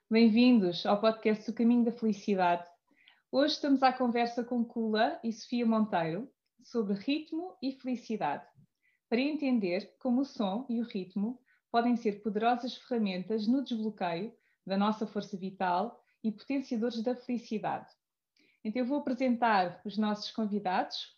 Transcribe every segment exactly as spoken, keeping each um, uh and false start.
Bem-vindos ao podcast O Caminho da Felicidade. Hoje estamos à conversa com Kula e Sofia Monteiro sobre ritmo e felicidade, para entender como o som e o ritmo podem ser poderosas ferramentas no desbloqueio da nossa força vital e potenciadores da felicidade. Então eu vou apresentar os nossos convidados.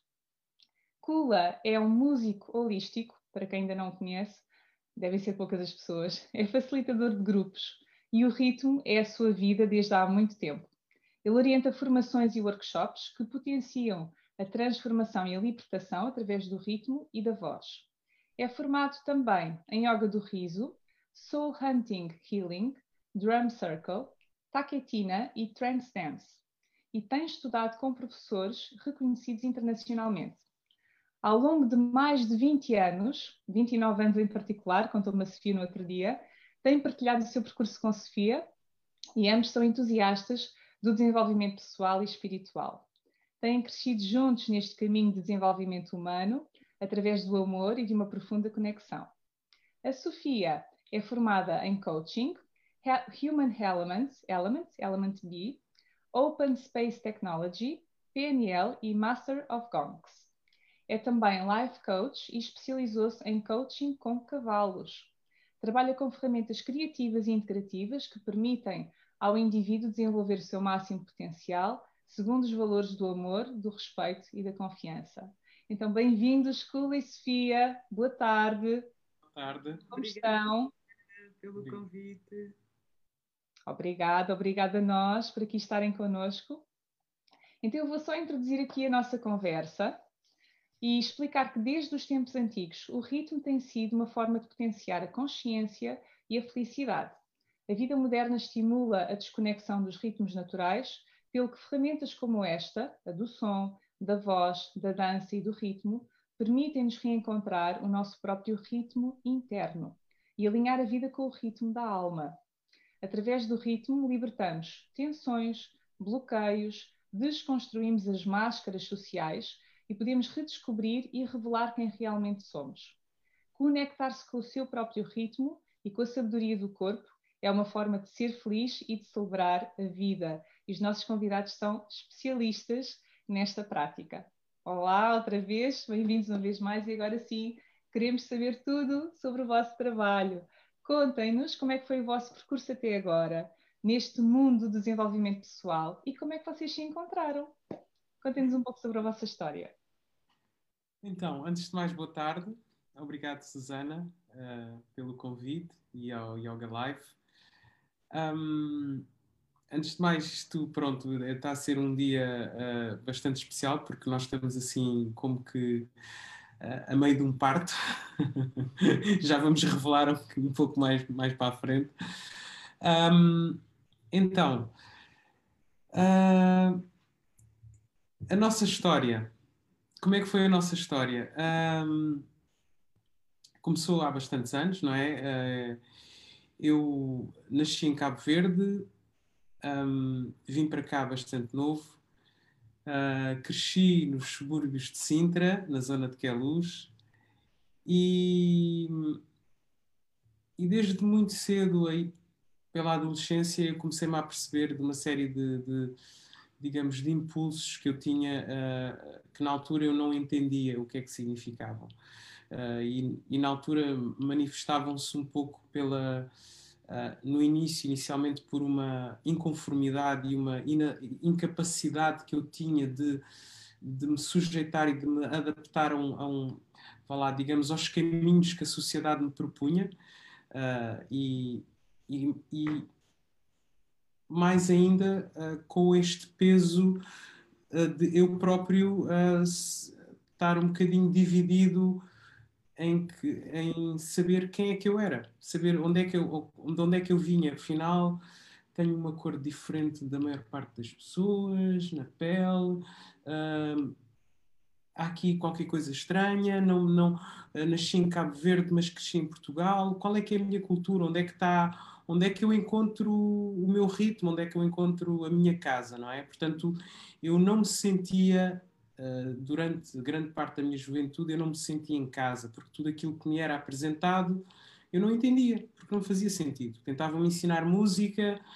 Kula é um músico holístico, para quem ainda não o conhece, devem ser poucas as pessoas, é facilitador de grupos e o ritmo é a sua vida desde há muito tempo. Ele orienta formações e workshops que potenciam a transformação e a libertação através do ritmo e da voz. É formado também em Yoga do Riso, Soul Hunting Healing, Drum Circle, Taketina e Trance Dance, e tem estudado com professores reconhecidos internacionalmente. Ao longo de mais de vinte anos, vinte e nove anos em particular, contou-me a Sofia no outro dia, tem partilhado o seu percurso com a Sofia e ambos são entusiastas do desenvolvimento pessoal e espiritual. Têm crescido juntos neste caminho de desenvolvimento humano, através do amor e de uma profunda conexão. A Sofia é formada em Coaching, Human Elements, Element, Element B, Open Space Technology, P N L e Master of Gongs. É também Life Coach e especializou-se em coaching com cavalos. Trabalha com ferramentas criativas e integrativas que permitem ao indivíduo desenvolver o seu máximo potencial, segundo os valores do amor, do respeito e da confiança. Então, bem-vindos, Kula e Sofia. Boa tarde. Boa tarde. Como estão? Pelo convite. Obrigada, obrigada a nós por aqui estarem connosco. Então, eu vou só introduzir aqui a nossa conversa e explicar que desde os tempos antigos o ritmo tem sido uma forma de potenciar a consciência e a felicidade. A vida moderna estimula a desconexão dos ritmos naturais, pelo que ferramentas como esta, a do som, da voz, da dança e do ritmo, permitem-nos reencontrar o nosso próprio ritmo interno e alinhar a vida com o ritmo da alma. Através do ritmo libertamos tensões, bloqueios, desconstruímos as máscaras sociais e podemos redescobrir e revelar quem realmente somos. Conectar-se com o seu próprio ritmo e com a sabedoria do corpo é uma forma de ser feliz e de celebrar a vida. E os nossos convidados são especialistas nesta prática. Olá, outra vez, bem-vindos uma vez mais e agora sim, queremos saber tudo sobre o vosso trabalho. Contem-nos como é que foi o vosso percurso até agora, neste mundo do desenvolvimento pessoal e como é que vocês se encontraram. Contem-nos um pouco sobre a vossa história. Então, antes de mais, boa tarde. Obrigado, Susana, uh, pelo convite e ao Yoga Life. Um, antes de mais, isto, pronto, está a ser um dia uh, bastante especial porque nós estamos assim como que uh, a meio de um parto. Já vamos revelar um, um pouco mais, mais para a frente. Um, então, uh, a nossa história. Como é que foi a nossa história? Um, começou há bastantes anos, não é? Uh, eu nasci em Cabo Verde, um, vim para cá bastante novo, uh, cresci nos subúrbios de Sintra, na zona de Queluz, e, e desde muito cedo, aí, pela adolescência, eu comecei-me a perceber de uma série de, de digamos, de impulsos que eu tinha, uh, que na altura eu não entendia o que é que significavam. Uh, e, e na altura manifestavam-se um pouco pela, uh, no início, inicialmente por uma inconformidade e uma ina, incapacidade que eu tinha de, de me sujeitar e de me adaptar a um, a um vá lá, digamos, aos caminhos que a sociedade me propunha, uh, e, e, e mais ainda uh, com este peso uh, de eu próprio uh, estar um bocadinho dividido em, que, em saber quem é que eu era, saber onde é que eu, de onde é que eu vinha. Afinal, tenho uma cor diferente da maior parte das pessoas, na pele, uh, há aqui qualquer coisa estranha, não, não, uh, nasci em Cabo Verde, mas cresci em Portugal. Qual é que é a minha cultura? Onde é que está, onde é que eu encontro o meu ritmo? Onde é que eu encontro a minha casa, não é? Portanto, eu não me sentia, uh, durante grande parte da minha juventude, eu não me sentia em casa, porque tudo aquilo que me era apresentado eu não entendia, porque não fazia sentido. Tentavam-me ensinar música,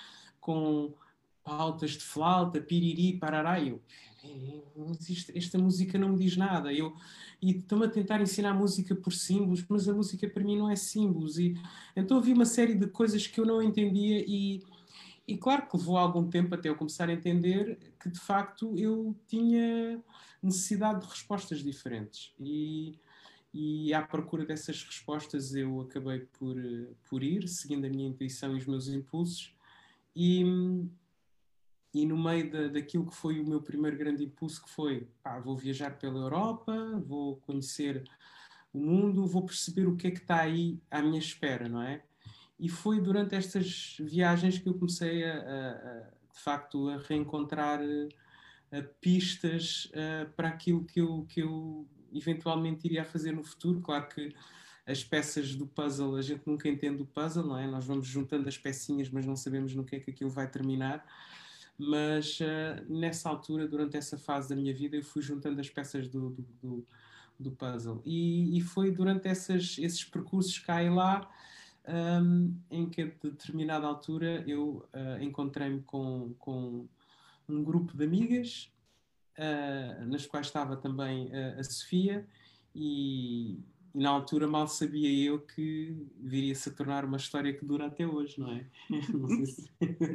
com pautas de flauta, piriri, parará, e eu, mas isto, esta música não me diz nada, eu, e estão-me a tentar ensinar música por símbolos, mas a música para mim não é símbolos, e então havia uma série de coisas que eu não entendia, e, e claro que levou algum tempo até eu começar a entender que de facto eu tinha necessidade de respostas diferentes, e e à procura dessas respostas eu acabei por, por ir, seguindo a minha intuição e os meus impulsos, e, e no meio da, daquilo que foi o meu primeiro grande impulso, que foi, pá, vou viajar pela Europa, vou conhecer o mundo, vou perceber o que é que está aí à minha espera, não é? E foi durante estas viagens que eu comecei a, a, a de facto, a reencontrar a, pistas a, para aquilo que eu, que eu eventualmente iria fazer no futuro. Claro que as peças do puzzle, a gente nunca entende o puzzle, não é? Nós vamos juntando as pecinhas, mas não sabemos no que é que aquilo vai terminar. Mas uh, nessa altura, durante essa fase da minha vida, eu fui juntando as peças do, do, do, do puzzle. E, e foi durante essas, esses percursos cá e lá um, em que a determinada altura eu uh, encontrei-me com, com um grupo de amigas, uh, nas quais estava também uh, a Sofia, e, e na altura mal sabia eu que viria-se a tornar uma história que dura até hoje, não é? Não sei se...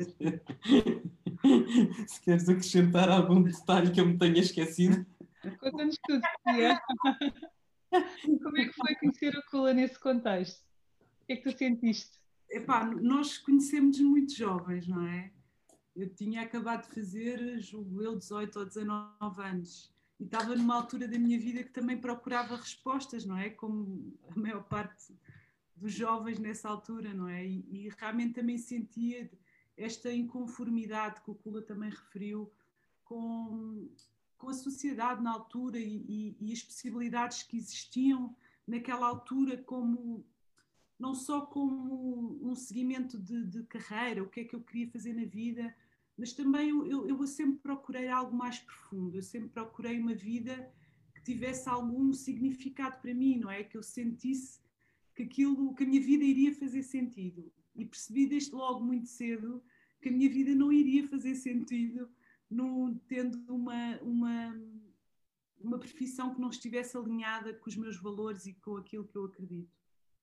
se queres acrescentar algum detalhe que eu me tenha esquecido. Conta-nos tudo, Sofia. Como é que foi conhecer o Kula nesse contexto? O que é que tu sentiste? Epá, nós conhecemos muito jovens, não é? Eu tinha acabado de fazer, julgo eu, dezoito ou dezanove anos. E estava numa altura da minha vida que também procurava respostas, não é? Como a maior parte dos jovens nessa altura, não é? E, e realmente também sentia esta inconformidade que o Kula também referiu com, com a sociedade na altura e, e, e as possibilidades que existiam naquela altura, como não só como um seguimento de, de carreira, o que é que eu queria fazer na vida, mas também eu, eu sempre procurei algo mais profundo, eu sempre procurei uma vida que tivesse algum significado para mim, não é? Que eu sentisse que, aquilo, que a minha vida iria fazer sentido. E percebi desde logo muito cedo que a minha vida não iria fazer sentido no, tendo uma, uma, uma profissão que não estivesse alinhada com os meus valores e com aquilo que eu acredito.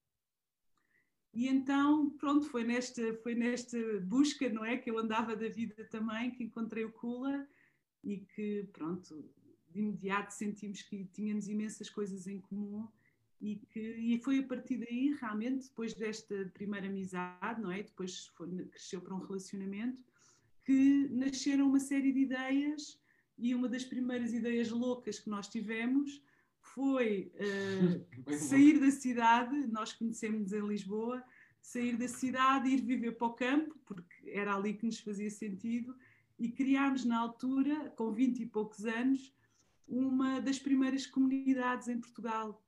E então, pronto, foi nesta, foi nesta busca, não é, que eu andava da vida também, que encontrei o Kula e que, pronto, de imediato sentimos que tínhamos imensas coisas em comum e, que, e foi a partir daí, realmente, depois desta primeira amizade, não é, depois foi, cresceu para um relacionamento, que nasceram uma série de ideias e uma das primeiras ideias loucas que nós tivemos foi uh, sair da cidade, nós conhecemos em Lisboa, sair da cidade e ir viver para o campo, porque era ali que nos fazia sentido, e criámos na altura, com vinte e poucos anos, uma das primeiras comunidades em Portugal,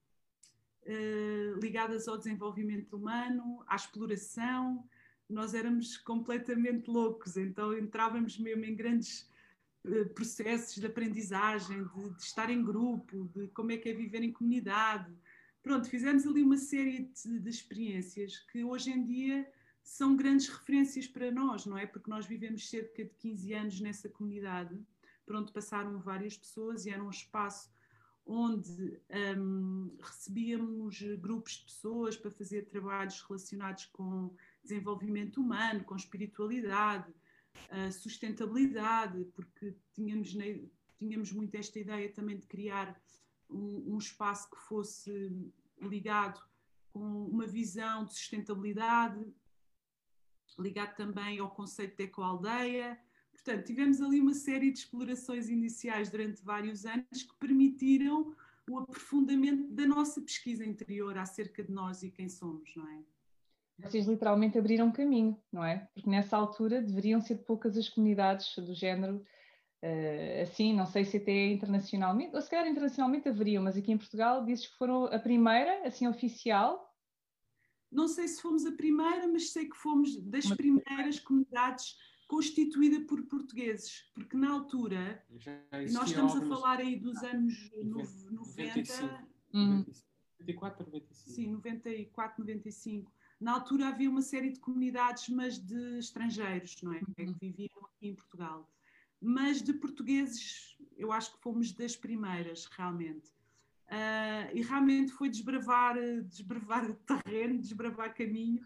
uh, ligadas ao desenvolvimento humano, à exploração. Nós éramos completamente loucos, então entrávamos mesmo em grandes processos de aprendizagem, de, de estar em grupo, de como é que é viver em comunidade. Pronto, fizemos ali uma série de, de experiências que hoje em dia são grandes referências para nós, não é? Porque nós vivemos cerca de quinze anos nessa comunidade. Pronto, passaram várias pessoas e era um espaço onde um, recebíamos grupos de pessoas para fazer trabalhos relacionados com desenvolvimento humano, com espiritualidade, a sustentabilidade, porque tínhamos, tínhamos muito esta ideia também de criar um, um espaço que fosse ligado com uma visão de sustentabilidade, ligado também ao conceito de ecoaldeia. Portanto, tivemos ali uma série de explorações iniciais durante vários anos que permitiram o aprofundamento da nossa pesquisa interior acerca de nós e quem somos, não é? Vocês literalmente abriram caminho, não é? Porque nessa altura deveriam ser poucas as comunidades do género, uh, assim, não sei se até internacionalmente, ou se calhar internacionalmente haveriam, mas aqui em Portugal dizes que foram a primeira, assim, oficial. Não sei se fomos a primeira, mas sei que fomos das primeiras comunidades constituída por portugueses, porque na altura, e nós estamos a falar aí dos anos noventa, noventa e quatro, noventa e cinco. Sim, noventa e quatro, noventa e cinco. Na altura havia uma série de comunidades, mas de estrangeiros, não é? Que viviam aqui em Portugal. Mas de portugueses, eu acho que fomos das primeiras, realmente. Uh, e realmente foi desbravar, desbravar terreno, desbravar caminho,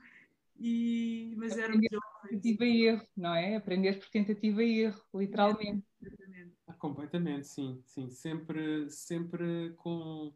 e, mas éramos jovens. Tentativa e erro, não é? Aprender por tentativa e erro, literalmente. Ah, completamente, sim, sim. Sempre, sempre com,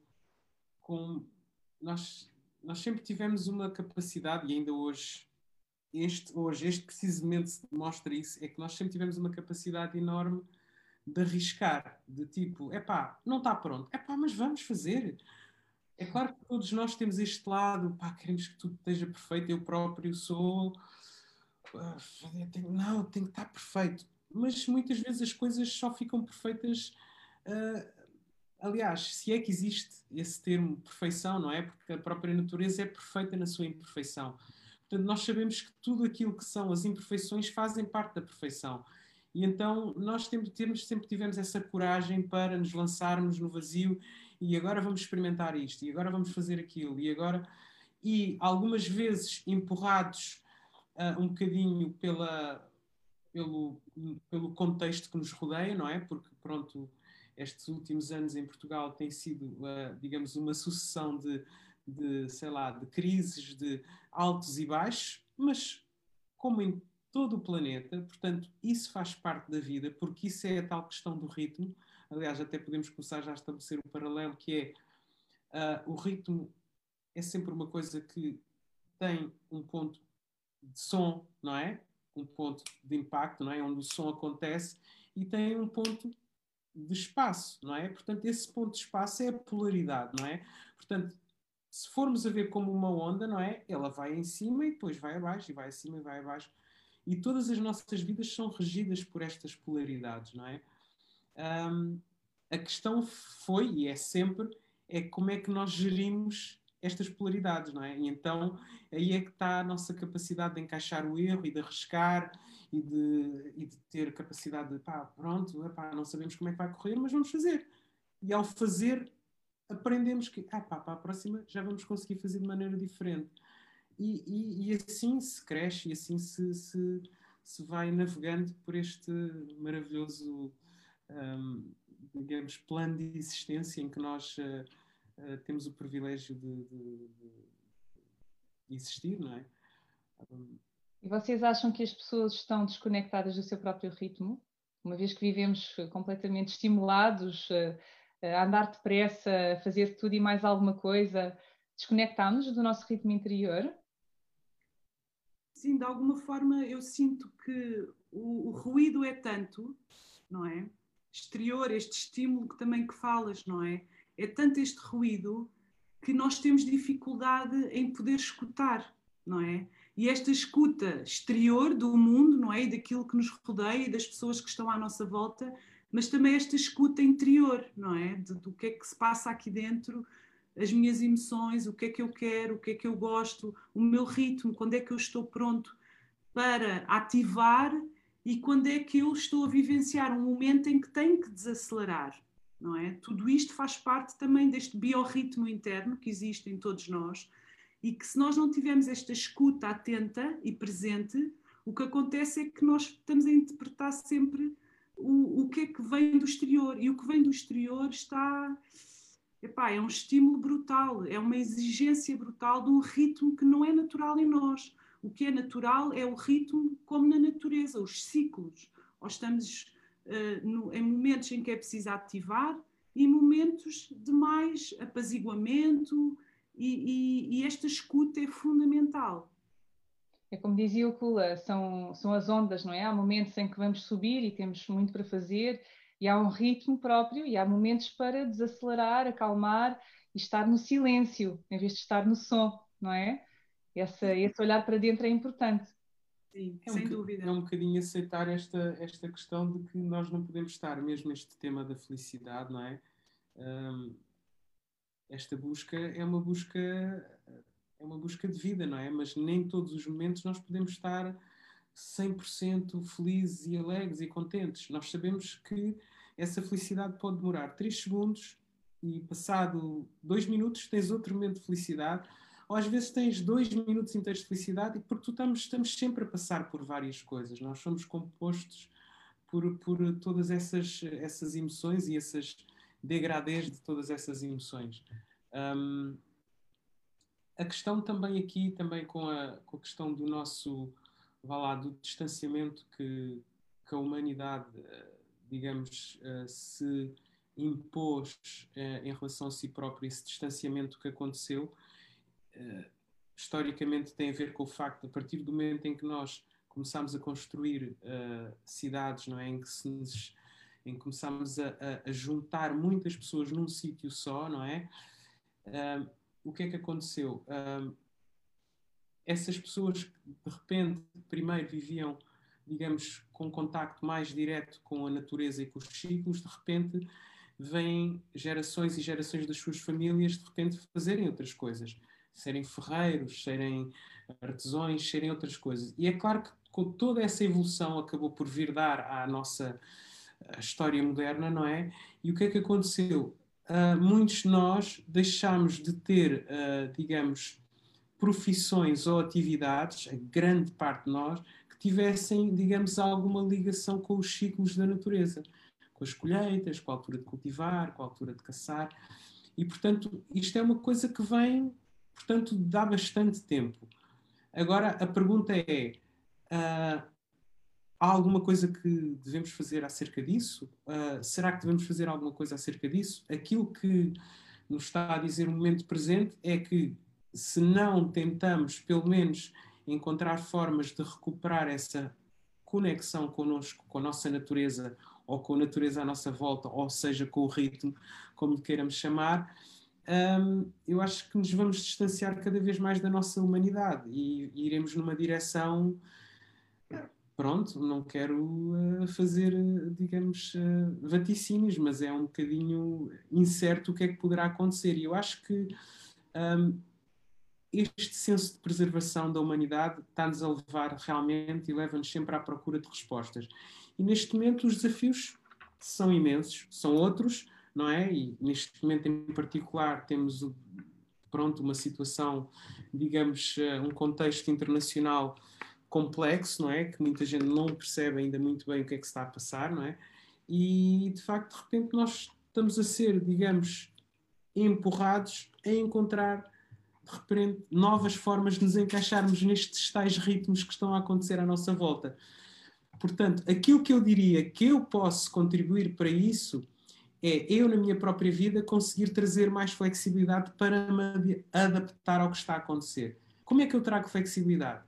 com nós, nós sempre tivemos uma capacidade, e ainda hoje, este, hoje, este precisamente demonstra isso, é que nós sempre tivemos uma capacidade enorme de arriscar, de tipo, epá, não está pronto, epá, mas vamos fazer. É claro que todos nós temos este lado, pá, queremos que tudo esteja perfeito, eu próprio sou, ah, tenho- não, tem que estar perfeito. Mas muitas vezes as coisas só ficam perfeitas. ah, aliás, se é que existe esse termo perfeição, não é? Porque a própria natureza é perfeita na sua imperfeição. Portanto, nós sabemos que tudo aquilo que são as imperfeições fazem parte da perfeição. E então nós temos, temos, sempre tivemos essa coragem para nos lançarmos no vazio e agora vamos experimentar isto, e agora vamos fazer aquilo, e agora. E algumas vezes empurrados uh, um bocadinho pela, pelo, pelo contexto que nos rodeia, não é? Porque, pronto, estes últimos anos em Portugal tem sido, uh, digamos, uma sucessão de, de, sei lá, de crises, de altos e baixos, mas como em todo o planeta, portanto, isso faz parte da vida, porque isso é a tal questão do ritmo. Aliás, até podemos começar já a estabelecer um paralelo, que é uh, o ritmo é sempre uma coisa que tem um ponto de som, não é? Um ponto de impacto, não é? Onde o som acontece, e tem um ponto de espaço, não é? Portanto, esse ponto de espaço é a polaridade, não é? Portanto, se formos a ver como uma onda, não é? Ela vai em cima e depois vai abaixo, e vai acima e vai abaixo. E todas as nossas vidas são regidas por estas polaridades, não é? Um, a questão foi, e é sempre, é como é que nós gerimos estas polaridades, não é? E então aí é que está a nossa capacidade de encaixar o erro e de arriscar e de, e de ter capacidade de, pá, pronto, epá, não sabemos como é que vai correr, mas vamos fazer. E ao fazer, aprendemos que, ah, pá, para a próxima já vamos conseguir fazer de maneira diferente. E, e, e assim se cresce, e assim se, se, se vai navegando por este maravilhoso, um, digamos, plano de existência em que nós uh, uh, temos o privilégio de, de, de existir, não é? Um, E vocês acham que as pessoas estão desconectadas do seu próprio ritmo? Uma vez que vivemos completamente estimulados a andar depressa, a fazer tudo e mais alguma coisa, desconectamos do nosso ritmo interior? Sim, de alguma forma eu sinto que o, o ruído é tanto, não é? Exterior, este estímulo que também que falas, não é? É tanto este ruído que nós temos dificuldade em poder escutar, não é? E esta escuta exterior do mundo, não é? E daquilo que nos rodeia e das pessoas que estão à nossa volta, mas também esta escuta interior, não é? De, do que é que se passa aqui dentro, as minhas emoções, o que é que eu quero, o que é que eu gosto, o meu ritmo, quando é que eu estou pronto para ativar e quando é que eu estou a vivenciar um momento em que tenho que desacelerar, não é? Tudo isto faz parte também deste biorritmo interno que existe em todos nós e que se nós não tivermos esta escuta atenta e presente, o que acontece é que nós estamos a interpretar sempre o, o que é que vem do exterior e o que vem do exterior está... Epá, é um estímulo brutal, é uma exigência brutal de um ritmo que não é natural em nós. O que é natural é o ritmo como na natureza, os ciclos. Nós estamos uh, no, em momentos em que é preciso ativar e momentos de mais apaziguamento e, e, e esta escuta é fundamental. É como dizia o Kula, são, são as ondas, não é? Há momentos em que vamos subir e temos muito para fazer, e há um ritmo próprio, e há momentos para desacelerar, acalmar e estar no silêncio, em vez de estar no som, não é? Esse, esse olhar para dentro é importante. Sim, é sem um, dúvida. É um bocadinho aceitar esta, esta questão de que nós não podemos estar, mesmo este tema da felicidade, não é? Um, esta busca é uma busca é uma busca de vida, não é? Mas nem todos os momentos nós podemos estar cem por cento felizes e alegres e contentes. Nós sabemos que essa felicidade pode demorar três segundos e passado dois minutos tens outro momento de felicidade, ou às vezes tens dois minutos inteiros de felicidade, porque tu estamos, estamos sempre a passar por várias coisas. Nós somos compostos por, por todas essas, essas emoções e essas degradês de todas essas emoções. Um, a questão também aqui, também com a, com a questão do nosso, vá lá, do distanciamento que, que a humanidade, digamos, se impôs em relação a si própria, esse distanciamento que aconteceu, historicamente tem a ver com o facto de, a partir do momento em que nós começámos a construir uh, cidades, não é? Em que, se nos, em que começámos a, a, a juntar muitas pessoas num sítio só, não é? Uh, o que é que aconteceu? Uh, essas pessoas que, de repente, primeiro viviam, digamos, com contacto mais direto com a natureza e com os ciclos, de repente vêm gerações e gerações das suas famílias, de repente, fazerem outras coisas. Serem ferreiros, serem artesãos, serem outras coisas. E é claro que com toda essa evolução acabou por vir dar à nossa história moderna, não é? E o que é que aconteceu? Uh, muitos de nós deixámos de ter, uh, digamos, profissões ou atividades, a grande parte de nós, que tivessem, digamos, alguma ligação com os ciclos da natureza, com as colheitas, com a altura de cultivar, com a altura de caçar. E, portanto, isto é uma coisa que vem, portanto, dá bastante tempo. Agora, a pergunta é, uh, há alguma coisa que devemos fazer acerca disso? Uh, será que devemos fazer alguma coisa acerca disso? Aquilo que nos está a dizer o momento presente é que, se não tentamos, pelo menos, encontrar formas de recuperar essa conexão connosco, com a nossa natureza, ou com a natureza à nossa volta, ou seja, com o ritmo, como lhe queiramos chamar, um, eu acho que nos vamos distanciar cada vez mais da nossa humanidade e, e iremos numa direção... Pronto, não quero uh, fazer, uh, digamos, uh, vaticínios, mas é um bocadinho incerto o que é que poderá acontecer. E eu acho que um, este senso de preservação da humanidade está-nos a levar realmente e leva-nos sempre à procura de respostas. E neste momento os desafios são imensos, são outros, não é? E neste momento em particular temos, pronto, uma situação, digamos, um contexto internacional complexo, não é? Que muita gente não percebe ainda muito bem o que é que se está a passar, não é? E, de facto, de repente nós estamos a ser, digamos, empurrados a encontrar, de repente, novas formas de nos encaixarmos nestes tais ritmos que estão a acontecer à nossa volta. Portanto, aquilo que eu diria que eu posso contribuir para isso é eu, na minha própria vida, conseguir trazer mais flexibilidade para me adaptar ao que está a acontecer. Como é que eu trago flexibilidade?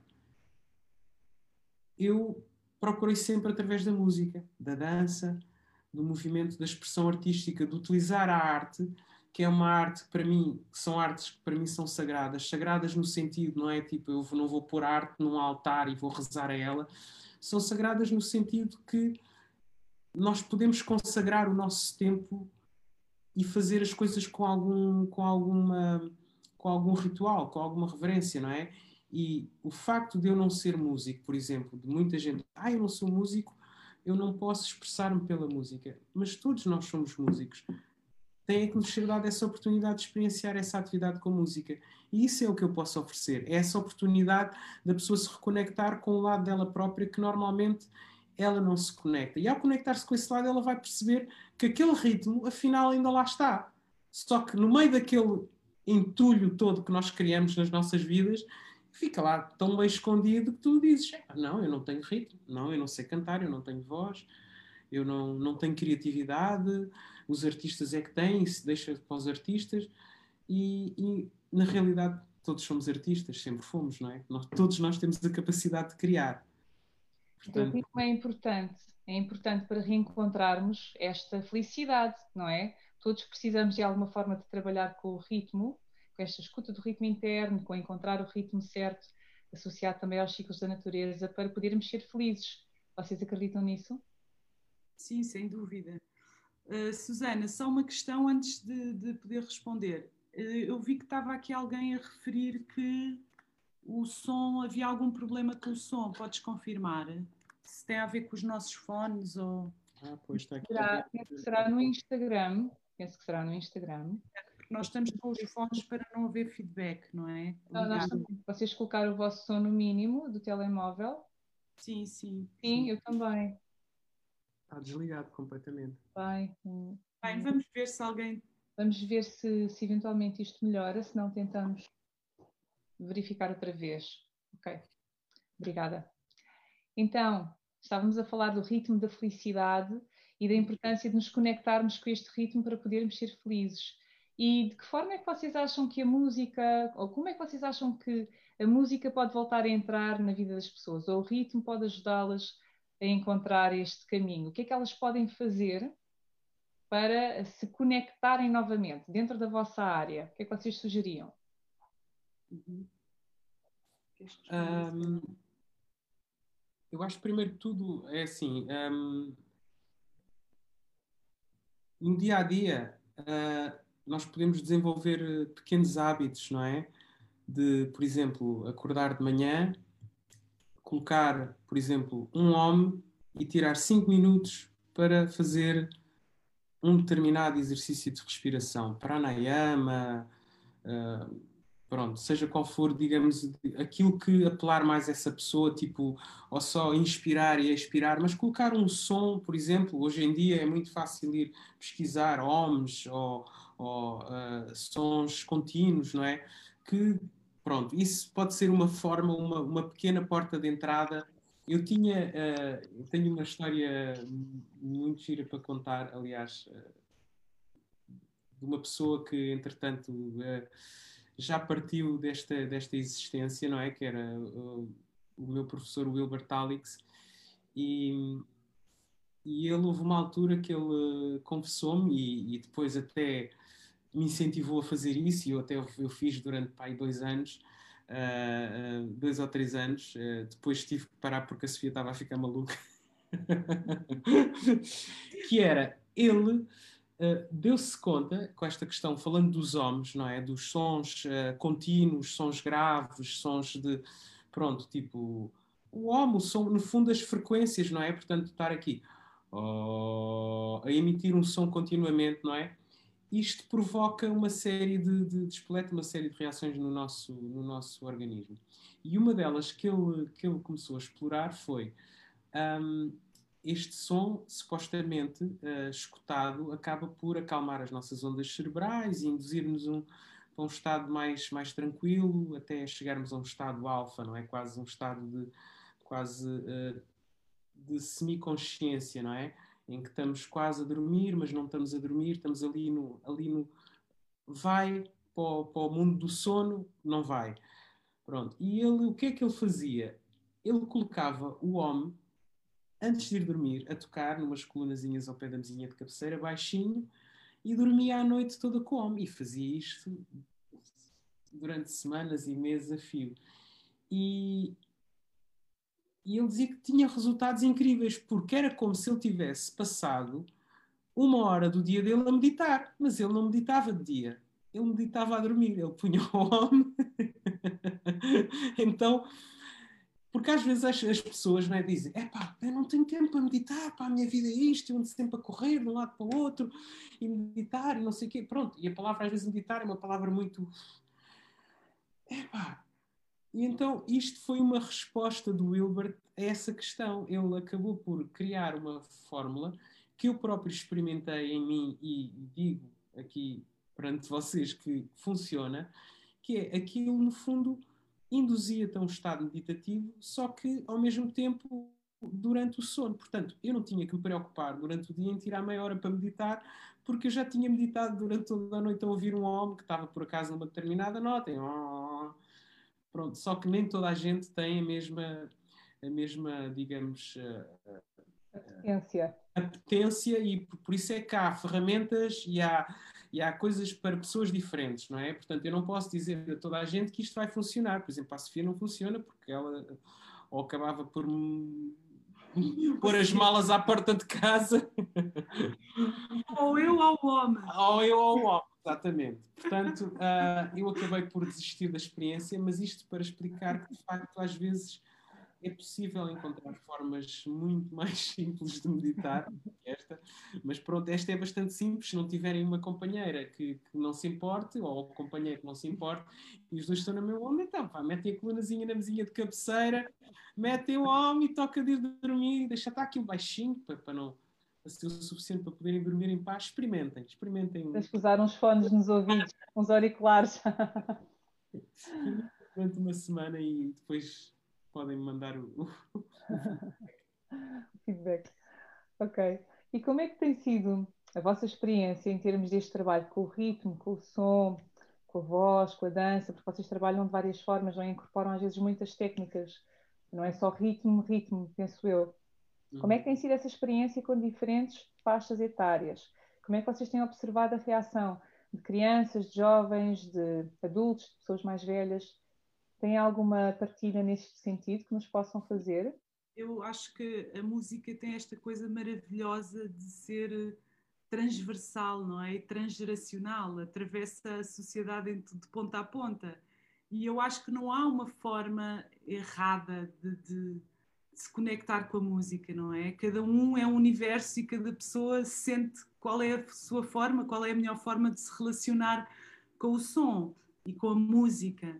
Eu procurei sempre através da música, da dança, do movimento, da expressão artística, de utilizar a arte, que é uma arte que para mim, que são artes que para mim são sagradas, sagradas no sentido, não é tipo, eu não vou pôr a arte num altar e vou rezar a ela, são sagradas no sentido que nós podemos consagrar o nosso tempo e fazer as coisas com algum, com alguma, com algum ritual, com alguma reverência, não é? E o facto de eu não ser músico, por exemplo, de muita gente, ah, eu não sou músico, eu não posso expressar-me pela música. Mas todos nós somos músicos. Tem que nos ser dada essa oportunidade de experienciar essa atividade com música. E isso é o que eu posso oferecer. É essa oportunidade da pessoa se reconectar com o lado dela própria que normalmente ela não se conecta. E ao conectar-se com esse lado, ela vai perceber que aquele ritmo, afinal, ainda lá está. Só que no meio daquele entulho todo que nós criamos nas nossas vidas, fica lá tão bem escondido que tu dizes, não, eu não tenho ritmo, não, eu não sei cantar, eu não tenho voz, eu não, não tenho criatividade, os artistas é que têm, se deixa para os artistas, e, e na realidade todos somos artistas, sempre fomos, não é? Nós, todos nós temos a capacidade de criar. Portanto, o ritmo é importante, é importante para reencontrarmos esta felicidade, não é? Todos precisamos de alguma forma de trabalhar com o ritmo, com esta escuta do ritmo interno, com encontrar o ritmo certo, associado também aos ciclos da natureza, para podermos ser felizes. Vocês acreditam nisso? Sim, sem dúvida. Uh, Susana, só uma questão antes de, de poder responder. Uh, eu vi que estava aqui alguém a referir que o som, havia algum problema com o som, podes confirmar? Se tem a ver com os nossos fones ou... Ah, pois está aqui. Será, penso que será no Instagram, penso que será no Instagram. Porque nós estamos com os fones para não a haver feedback, não é? Não, nós também. Vocês colocaram o vosso som no mínimo do telemóvel? Sim, sim. Sim, eu também. Está desligado completamente. Bem, hum, Bem, vamos ver se alguém... vamos ver se, se eventualmente isto melhora, se não tentamos verificar outra vez. Ok, obrigada. Então, estávamos a falar do ritmo da felicidade e da importância de nos conectarmos com este ritmo para podermos ser felizes. E de que forma é que vocês acham que a música, ou como é que vocês acham que a música pode voltar a entrar na vida das pessoas, ou o ritmo pode ajudá-las a encontrar este caminho? O que é que elas podem fazer para se conectarem novamente dentro da vossa área? O que é que vocês sugeriam? Uhum. Um, eu acho que primeiro de tudo é assim, um, no dia a dia uh, nós podemos desenvolver pequenos hábitos, não é? De, por exemplo, acordar de manhã, colocar, por exemplo, um OM e tirar cinco minutos para fazer um determinado exercício de respiração, pranayama, uh, pronto, seja qual for, digamos, aquilo que apelar mais a essa pessoa, tipo, ou só inspirar e expirar, mas colocar um som, por exemplo, hoje em dia é muito fácil ir pesquisar OMs ou, ou uh, sons contínuos, não é? Que, pronto, isso pode ser uma forma, uma, uma pequena porta de entrada. Eu tinha, uh, eu tenho uma história muito gira para contar, aliás, uh, de uma pessoa que, entretanto, uh, já partiu desta, desta existência, não é? Que era uh, o meu professor Wilbert Talix, e, e ele houve uma altura que ele uh, confessou-me e, e depois até me incentivou a fazer isso, e eu até eu fiz durante pai, dois anos, uh, uh, dois ou três anos, uh, depois tive que parar porque a Sofia estava a ficar maluca. Que era, ele Uh, deu-se conta, com esta questão, falando dos homens, não é? Dos sons uh, contínuos, sons graves, sons de... Pronto, tipo... O homo, som, no fundo, as frequências, não é? Portanto, estar aqui oh, a emitir um som continuamente, não é? Isto provoca uma série de... de despoleta uma série de reações no nosso, no nosso organismo. E uma delas que ele, que ele começou a explorar foi... Um, este som, supostamente uh, escutado, acaba por acalmar as nossas ondas cerebrais e induzir-nos um, para um estado mais, mais tranquilo, até chegarmos a um estado alfa, não é? Quase um estado de, quase, uh, de semiconsciência, não é? Em que estamos quase a dormir, mas não estamos a dormir, estamos ali no... Ali no vai para o, para o mundo do sono, não vai. Pronto. E ele, o que é que ele fazia? Ele colocava o homem antes de ir dormir, a tocar numas colunazinhas ao pé da mesinha de cabeceira, baixinho, e dormia a noite toda com homem. E fazia isto durante semanas e meses a fio. E, e ele dizia que tinha resultados incríveis, porque era como se ele tivesse passado uma hora do dia dele a meditar. Mas ele não meditava de dia. Ele meditava a dormir. Ele punha o homem. Então... Porque às vezes as, as pessoas, não é, dizem, epá, eu não tenho tempo para meditar, pá, a minha vida é isto, eu ando sempre a correr de um lado para o outro, e meditar, e não sei o quê. Pronto, e a palavra às vezes meditar é uma palavra muito... Epá. E então isto foi uma resposta do Wilbert a essa questão. Ele acabou por criar uma fórmula que eu próprio experimentei em mim e digo aqui perante vocês que funciona, que é aquilo, no fundo, induzia-te a um estado meditativo, só que, ao mesmo tempo, durante o sono. Portanto, eu não tinha que me preocupar durante o dia em tirar meia hora para meditar, porque eu já tinha meditado durante toda a noite a ouvir um homem que estava, por acaso, numa determinada nota. E... Pronto, só que nem toda a gente tem a mesma, a mesma digamos... Apetência. apetência, e por isso é que há ferramentas e há, e há coisas para pessoas diferentes, não é? Portanto, eu não posso dizer a toda a gente que isto vai funcionar. Por exemplo, a Sofia não funciona porque ela ou acabava por pôr as malas à porta de casa. Ou eu ao homem. Ou eu ao homem, exatamente. Portanto, uh, eu acabei por desistir da experiência, mas isto para explicar que, de facto, às vezes é possível encontrar formas muito mais simples de meditar, esta, esta. Mas pronto, esta é bastante simples. Se não tiverem uma companheira que, que não se importe, ou um companheiro que não se importe, e os dois estão na mesma onda, então pá, metem a colunazinha na mesinha de cabeceira, metem o homem e toca de ir dormir, deixa estar aquilo baixinho, para, para não ser o suficiente para poderem dormir em paz. Experimentem, experimentem. Tens que usar uns fones nos ouvidos, uns auriculares. Durante uma semana e depois podem mandar o, o feedback. Ok. E como é que tem sido a vossa experiência em termos deste trabalho com o ritmo, com o som, com a voz, com a dança? Porque vocês trabalham de várias formas, não é? Incorporam às vezes muitas técnicas. Não é só ritmo, ritmo, penso eu. Como é que tem sido essa experiência com diferentes faixas etárias? Como é que vocês têm observado a reação de crianças, de jovens, de adultos, de pessoas mais velhas? Tem alguma partilha neste sentido que nos possam fazer? Eu acho que a música tem esta coisa maravilhosa de ser transversal, não é? E transgeracional, atravessa a sociedade de ponta a ponta. E eu acho que não há uma forma errada de, de, de se conectar com a música, não é? Cada um é um universo e cada pessoa sente qual é a sua forma, qual é a melhor forma de se relacionar com o som e com a música.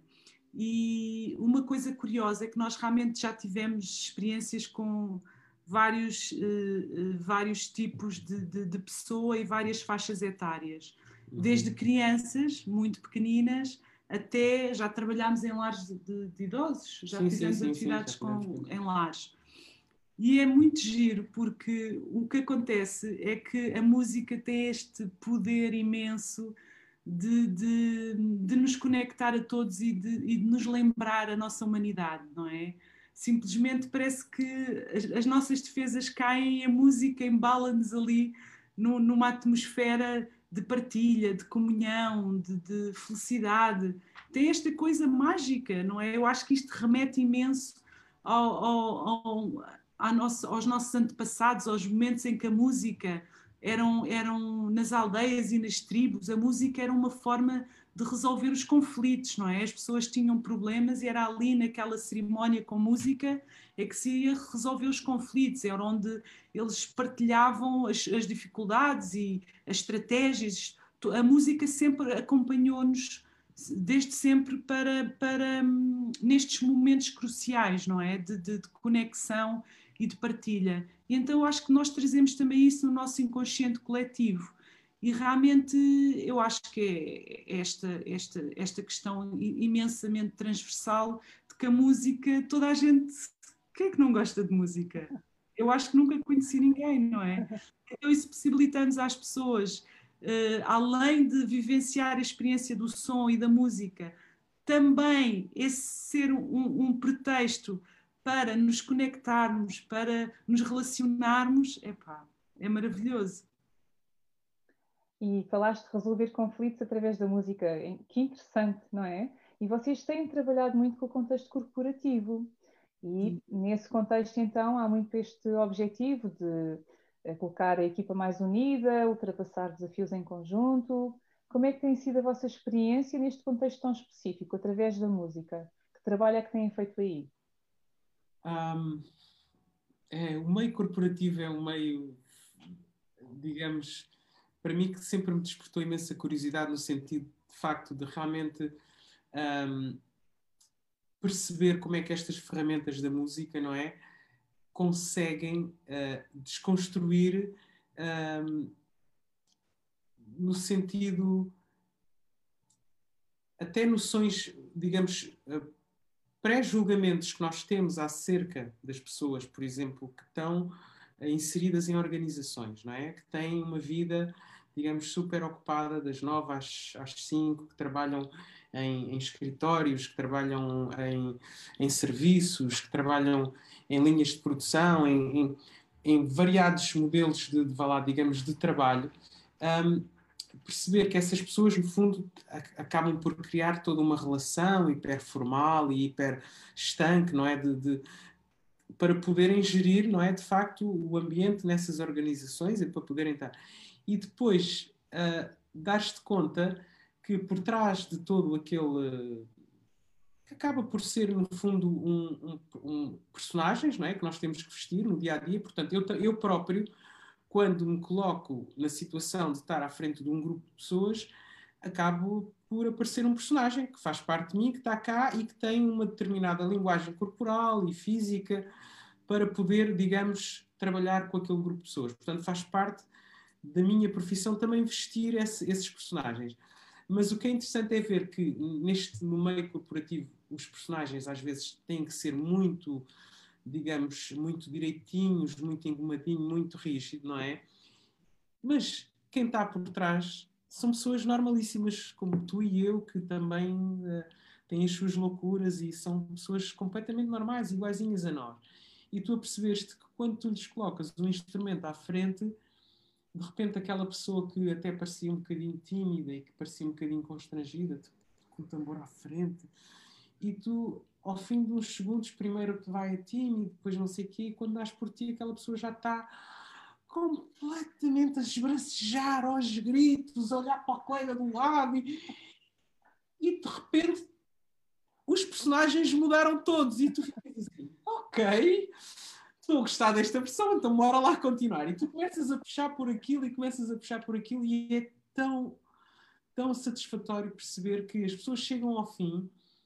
E uma coisa curiosa é que nós realmente já tivemos experiências com vários, uh, vários tipos de, de, de pessoa e várias faixas etárias. Desde crianças muito pequeninas até já trabalhámos em lares de, de, de idosos, já sim, fizemos sim, sim, atividades sim, com, em lares. E é muito giro porque o que acontece é que a música tem este poder imenso De, de, de nos conectar a todos e de, e de nos lembrar a nossa humanidade, não é? Simplesmente parece que as, as nossas defesas caem e a música embala-nos ali no, numa atmosfera de partilha, de comunhão, de, de felicidade. Tem esta coisa mágica, não é? Eu acho que isto remete imenso ao, ao, ao, ao nosso, aos nossos antepassados, aos momentos em que a música Eram, eram nas aldeias e nas tribos, a música era uma forma de resolver os conflitos, não é? As pessoas tinham problemas e era ali naquela cerimónia com música é que se ia resolver os conflitos, era onde eles partilhavam as, as dificuldades e as estratégias. A música sempre acompanhou-nos desde sempre para, para nestes momentos cruciais, não é? De, de, de conexão e de partilha. E então eu acho que nós trazemos também isso no nosso inconsciente coletivo. E realmente eu acho que é esta, esta, esta questão imensamente transversal de que a música, toda a gente, quem é que não gosta de música? Eu acho que nunca conheci ninguém, não é? Então isso possibilita-nos às pessoas, uh, além de vivenciar a experiência do som e da música, também esse ser um, um pretexto para nos conectarmos, para nos relacionarmos, epá, é maravilhoso. E falaste de resolver conflitos através da música, que interessante, não é? E vocês têm trabalhado muito com o contexto corporativo. E Sim. nesse contexto, então, há muito este objetivo de colocar a equipa mais unida, ultrapassar desafios em conjunto. Como é que tem sido a vossa experiência neste contexto tão específico, através da música? Que trabalho é que têm feito aí? Um, é, o meio corporativo é um meio, digamos, para mim que sempre me despertou imensa curiosidade no sentido, de facto, de realmente um, perceber como é que estas ferramentas da música, não é, conseguem uh, desconstruir um, no sentido até noções, digamos, uh, pré-julgamentos que nós temos acerca das pessoas, por exemplo, que estão inseridas em organizações, não é? Que têm uma vida, digamos, super ocupada, das nove às, às cinco, que trabalham em, em escritórios, que trabalham em, em serviços, que trabalham em linhas de produção, em, em, em variados modelos de, de, digamos, de trabalho. Um, perceber que essas pessoas, no fundo, acabam por criar toda uma relação hiperformal e hiper estanque, não é? De, de, para poderem gerir, não é? De facto, o ambiente nessas organizações e para poderem estar. E depois, uh, dar-te conta que por trás de todo aquele... que acaba por ser, no fundo, um, um, um personagens, não é? Que nós temos que vestir no dia-a-dia. Portanto, eu, eu próprio quando me coloco na situação de estar à frente de um grupo de pessoas, acabo por aparecer um personagem que faz parte de mim, que está cá e que tem uma determinada linguagem corporal e física para poder, digamos, trabalhar com aquele grupo de pessoas. Portanto, faz parte da minha profissão também vestir esse, esses personagens. Mas o que é interessante é ver que neste, no meio corporativo os personagens às vezes têm que ser muito, digamos, muito direitinhos, muito engomadinho, muito rígido, não é? Mas quem está por trás são pessoas normalíssimas, como tu e eu, que também uh, têm as suas loucuras e são pessoas completamente normais, iguaizinhas a nós. E tu apercebeste que quando tu lhes colocas um instrumento à frente, de repente aquela pessoa que até parecia um bocadinho tímida e que parecia um bocadinho constrangida, com o tambor à frente, e tu, ao fim de uns segundos, primeiro te vai a tímido, depois não sei o quê, e quando dás por ti, aquela pessoa já está completamente a esbracejar aos gritos, a olhar para a colega do lado, e, e de repente os personagens mudaram todos, e tu ficas assim, ok, estou a gostar desta versão, então bora lá continuar. E tu começas a puxar por aquilo e começas a puxar por aquilo e é tão, tão satisfatório perceber que as pessoas chegam ao fim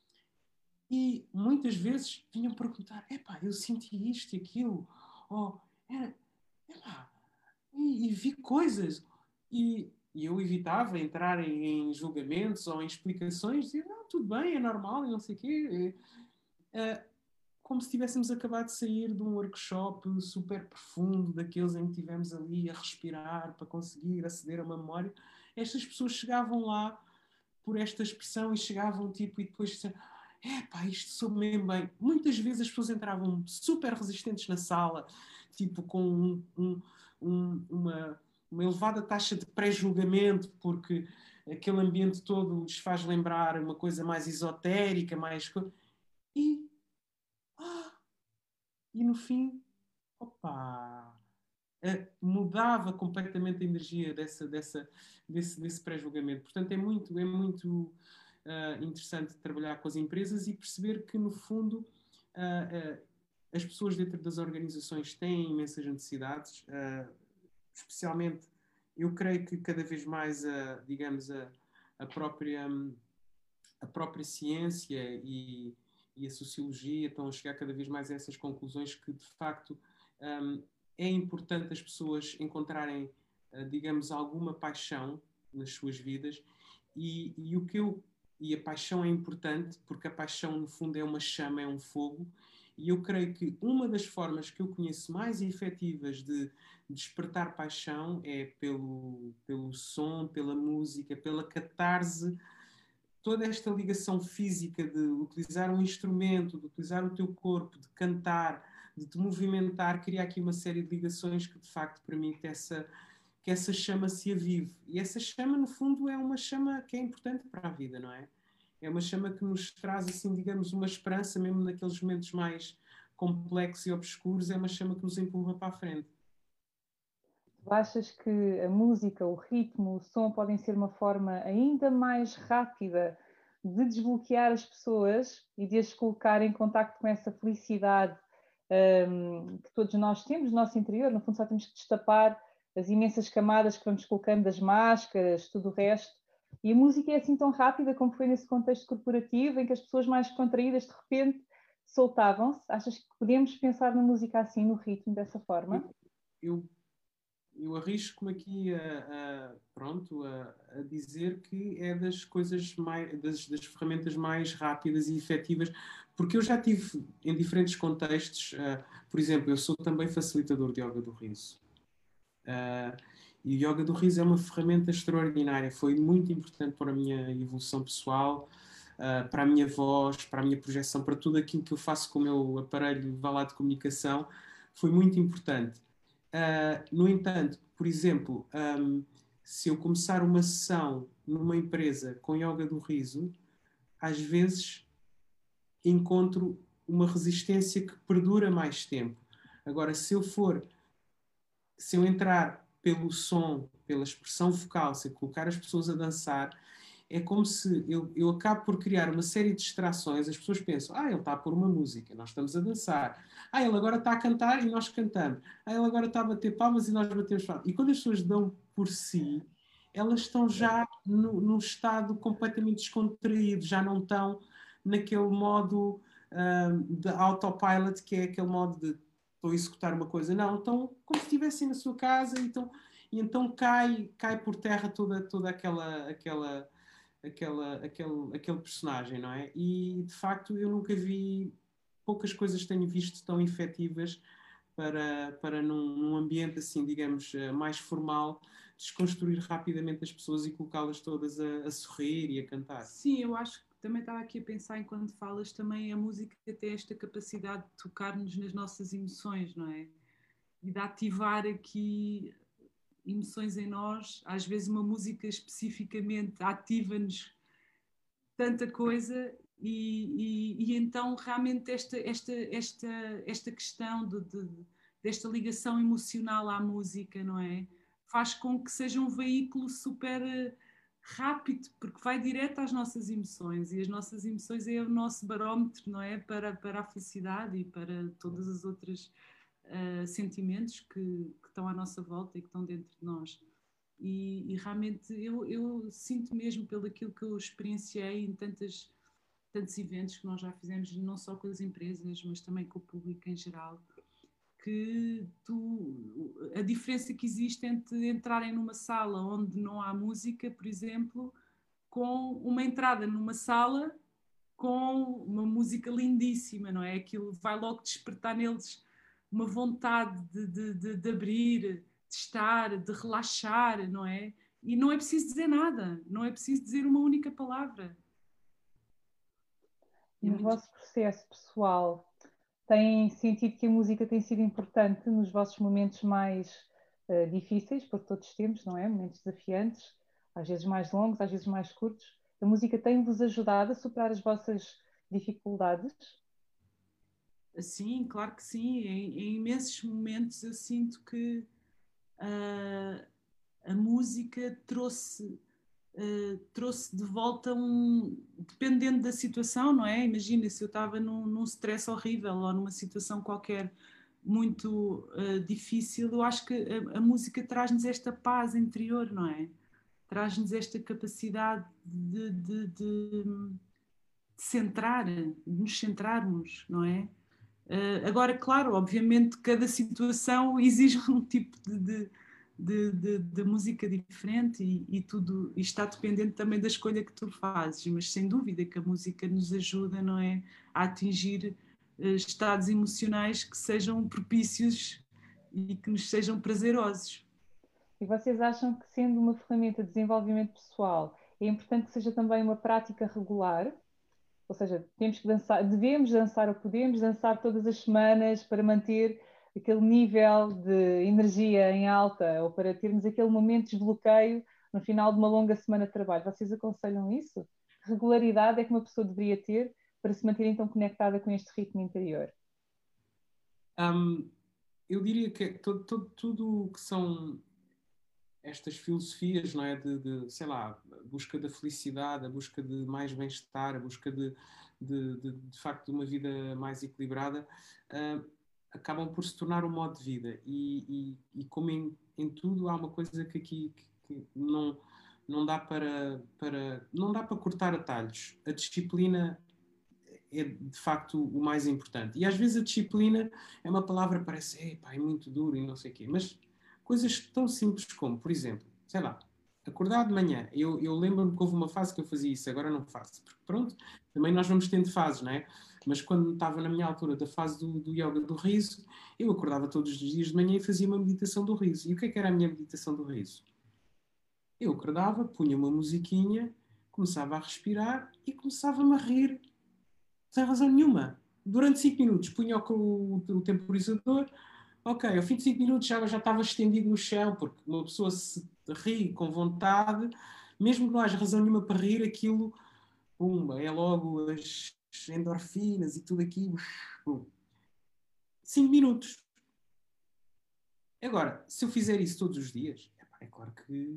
e muitas vezes vinham perguntar, epá, eu senti isto e aquilo, ou, era, epá, e, e vi coisas. E, e eu evitava entrar em, em julgamentos ou em explicações, dizer, não, tudo bem, é normal, e não sei o quê. É, como se tivéssemos acabado de sair de um workshop super profundo, daqueles em que estivemos ali a respirar para conseguir aceder a uma memória. Estas pessoas chegavam lá por esta expressão e chegavam tipo e depois disseram, epá, isto soube mesmo bem. Muitas vezes as pessoas entravam super resistentes na sala, tipo com um, um, um, uma, uma elevada taxa de pré-julgamento, porque aquele ambiente todo lhes faz lembrar uma coisa mais esotérica, mais... E E no fim, opa, mudava completamente a energia dessa, dessa, desse, desse pré-julgamento. Portanto, é muito, é muito uh, interessante trabalhar com as empresas e perceber que, no fundo, uh, uh, as pessoas dentro das organizações têm imensas necessidades, uh, especialmente, eu creio que cada vez mais, a, digamos, a, a própria... a própria ciência e, e a sociologia estão a chegar cada vez mais a essas conclusões que, de facto, um, é importante as pessoas encontrarem, uh, digamos, alguma paixão nas suas vidas e, e o que eu e a paixão é importante porque a paixão, no fundo, é uma chama, é um fogo. E eu creio que uma das formas que eu conheço mais efetivas de despertar paixão é pelo, pelo som, pela música, pela catarse, toda esta ligação física de utilizar um instrumento, de utilizar o teu corpo, de cantar, de te movimentar, cria aqui uma série de ligações que de facto permite essa, que essa chama se avive. E essa chama, no fundo, é uma chama que é importante para a vida, não é? É uma chama que nos traz, assim, digamos, uma esperança, mesmo naqueles momentos mais complexos e obscuros, é uma chama que nos empurra para a frente. Tu achas que a música, o ritmo, o som podem ser uma forma ainda mais rápida de desbloquear as pessoas e de as colocar em contacto com essa felicidade um, que todos nós temos no nosso interior? No fundo, só temos que destapar as imensas camadas que vamos colocando das máscaras, tudo o resto. E a música é assim tão rápida como foi nesse contexto corporativo, em que as pessoas mais contraídas, de repente, soltavam-se. Achas que podemos pensar na música assim, no ritmo, dessa forma? Eu, eu Eu arrisco-me aqui a, a, pronto, a, a dizer que é das coisas mais, das, das ferramentas mais rápidas e efetivas, porque eu já tive em diferentes contextos, uh, por exemplo, eu sou também facilitador de yoga do riso. Uh, e o yoga do riso é uma ferramenta extraordinária, foi muito importante para a minha evolução pessoal, uh, para a minha voz, para a minha projeção, para tudo aquilo que eu faço com o meu aparelho vá lá de comunicação, foi muito importante. Uh, no entanto, por exemplo, um, se eu começar uma sessão numa empresa com yoga do riso, às vezes encontro uma resistência que perdura mais tempo. Agora, se eu for, se eu entrar pelo som, pela expressão vocal, se eu colocar as pessoas a dançar, é como se eu, eu acabo por criar uma série de distrações. As pessoas pensam, ah, ele está a pôr uma música, nós estamos a dançar. Ah, ele agora está a cantar e nós cantamos. Ah, ele agora está a bater palmas e nós batemos palmas. E quando as pessoas dão por si, elas estão já no, num estado completamente descontraído, já não estão naquele modo um, de autopilot, que é aquele modo de estou a executar uma coisa. Não, estão como se estivessem na sua casa e, estão, e então cai, cai por terra toda, toda aquela... aquela Aquela, aquele, aquele personagem, não é? E de facto eu nunca vi, poucas coisas tenho visto tão efetivas para, para num, num ambiente assim, digamos, mais formal, desconstruir rapidamente as pessoas e colocá-las todas a, a sorrir e a cantar. Sim, eu acho que também estava aqui a pensar enquanto falas, também a música tem esta capacidade de tocar-nos nas nossas emoções, não é? E de ativar aqui emoções em nós. Às vezes uma música especificamente ativa-nos tanta coisa e, e, e então realmente esta, esta, esta, esta questão de, de, desta ligação emocional à música, não é? Faz com que seja um veículo super rápido, porque vai direto às nossas emoções e as nossas emoções é o nosso barómetro, não é? Para, para a felicidade e para todas as outras uh, sentimentos que, que estão à nossa volta e que estão dentro de nós. E, e realmente eu, eu sinto mesmo pelo aquilo que eu experienciei em tantas, tantos eventos que nós já fizemos, não só com as empresas, mas também com o público em geral, que tu, a diferença que existe entre entrarem numa sala onde não há música, por exemplo, com uma entrada numa sala com uma música lindíssima, não é? Aquilo vai logo despertar neles uma vontade de, de, de, de abrir, de estar, de relaxar, não é? E não é preciso dizer nada, não é preciso dizer uma única palavra. E no vosso processo pessoal, têm sentido que a música tem sido importante nos vossos momentos mais uh, difíceis, porque todos temos, não é? Momentos desafiantes, às vezes mais longos, às vezes mais curtos. A música tem-vos ajudado a superar as vossas dificuldades? Sim, claro que sim. Em, em imensos momentos eu sinto que uh, a música trouxe, uh, trouxe de volta um... Dependendo da situação, não é? Imagina se eu estava num, num stress horrível ou numa situação qualquer muito uh, difícil, eu acho que a, a música traz-nos esta paz interior, não é? Traz-nos esta capacidade de, de, de, de centrar, de nos centrarmos, não é? Uh, agora, claro, obviamente cada situação exige um tipo de, de, de, de, de música diferente e, e tudo e está dependente também da escolha que tu fazes, mas sem dúvida que a música nos ajuda, não é, a atingir uh, estados emocionais que sejam propícios e que nos sejam prazerosos. E vocês acham que, sendo uma ferramenta de desenvolvimento pessoal, é importante que seja também uma prática regular? Ou seja, temos que dançar, devemos dançar ou podemos dançar todas as semanas para manter aquele nível de energia em alta ou para termos aquele momento de desbloqueio no final de uma longa semana de trabalho. Vocês aconselham isso? Que regularidade é que uma pessoa deveria ter para se manter então conectada com este ritmo interior? Um, eu diria que todo, todo, tudo o que são estas filosofias, não é? De, de, sei lá, a busca da felicidade, a busca de mais bem-estar, a busca de, de, de, de facto, de uma vida mais equilibrada, uh, acabam por se tornar um modo de vida. E, e, e como em, em tudo, há uma coisa que aqui que, que não, não dá para, para, não dá para cortar atalhos. A disciplina é, de facto, o mais importante. E às vezes a disciplina é uma palavra que parece, epá, é muito duro e não sei o quê, mas coisas tão simples como, por exemplo, sei lá, acordar de manhã. Eu, eu lembro-me que houve uma fase que eu fazia isso, agora não faço. Porque, pronto, também nós vamos tendo fases, não é? Mas quando estava na minha altura da fase do, do yoga do riso, eu acordava todos os dias de manhã e fazia uma meditação do riso. E o que é que era a minha meditação do riso? Eu acordava, punha uma musiquinha, começava a respirar e começava-me a rir sem razão nenhuma. Durante cinco minutos punha o, o, o temporizador. Ok, ao fim de cinco minutos já, já estava estendido no chão, porque uma pessoa se ri com vontade, mesmo que não haja razão nenhuma para rir, aquilo, pumba, é logo as endorfinas e tudo aquilo. Pum. Cinco minutos. Agora, se eu fizer isso todos os dias, é claro que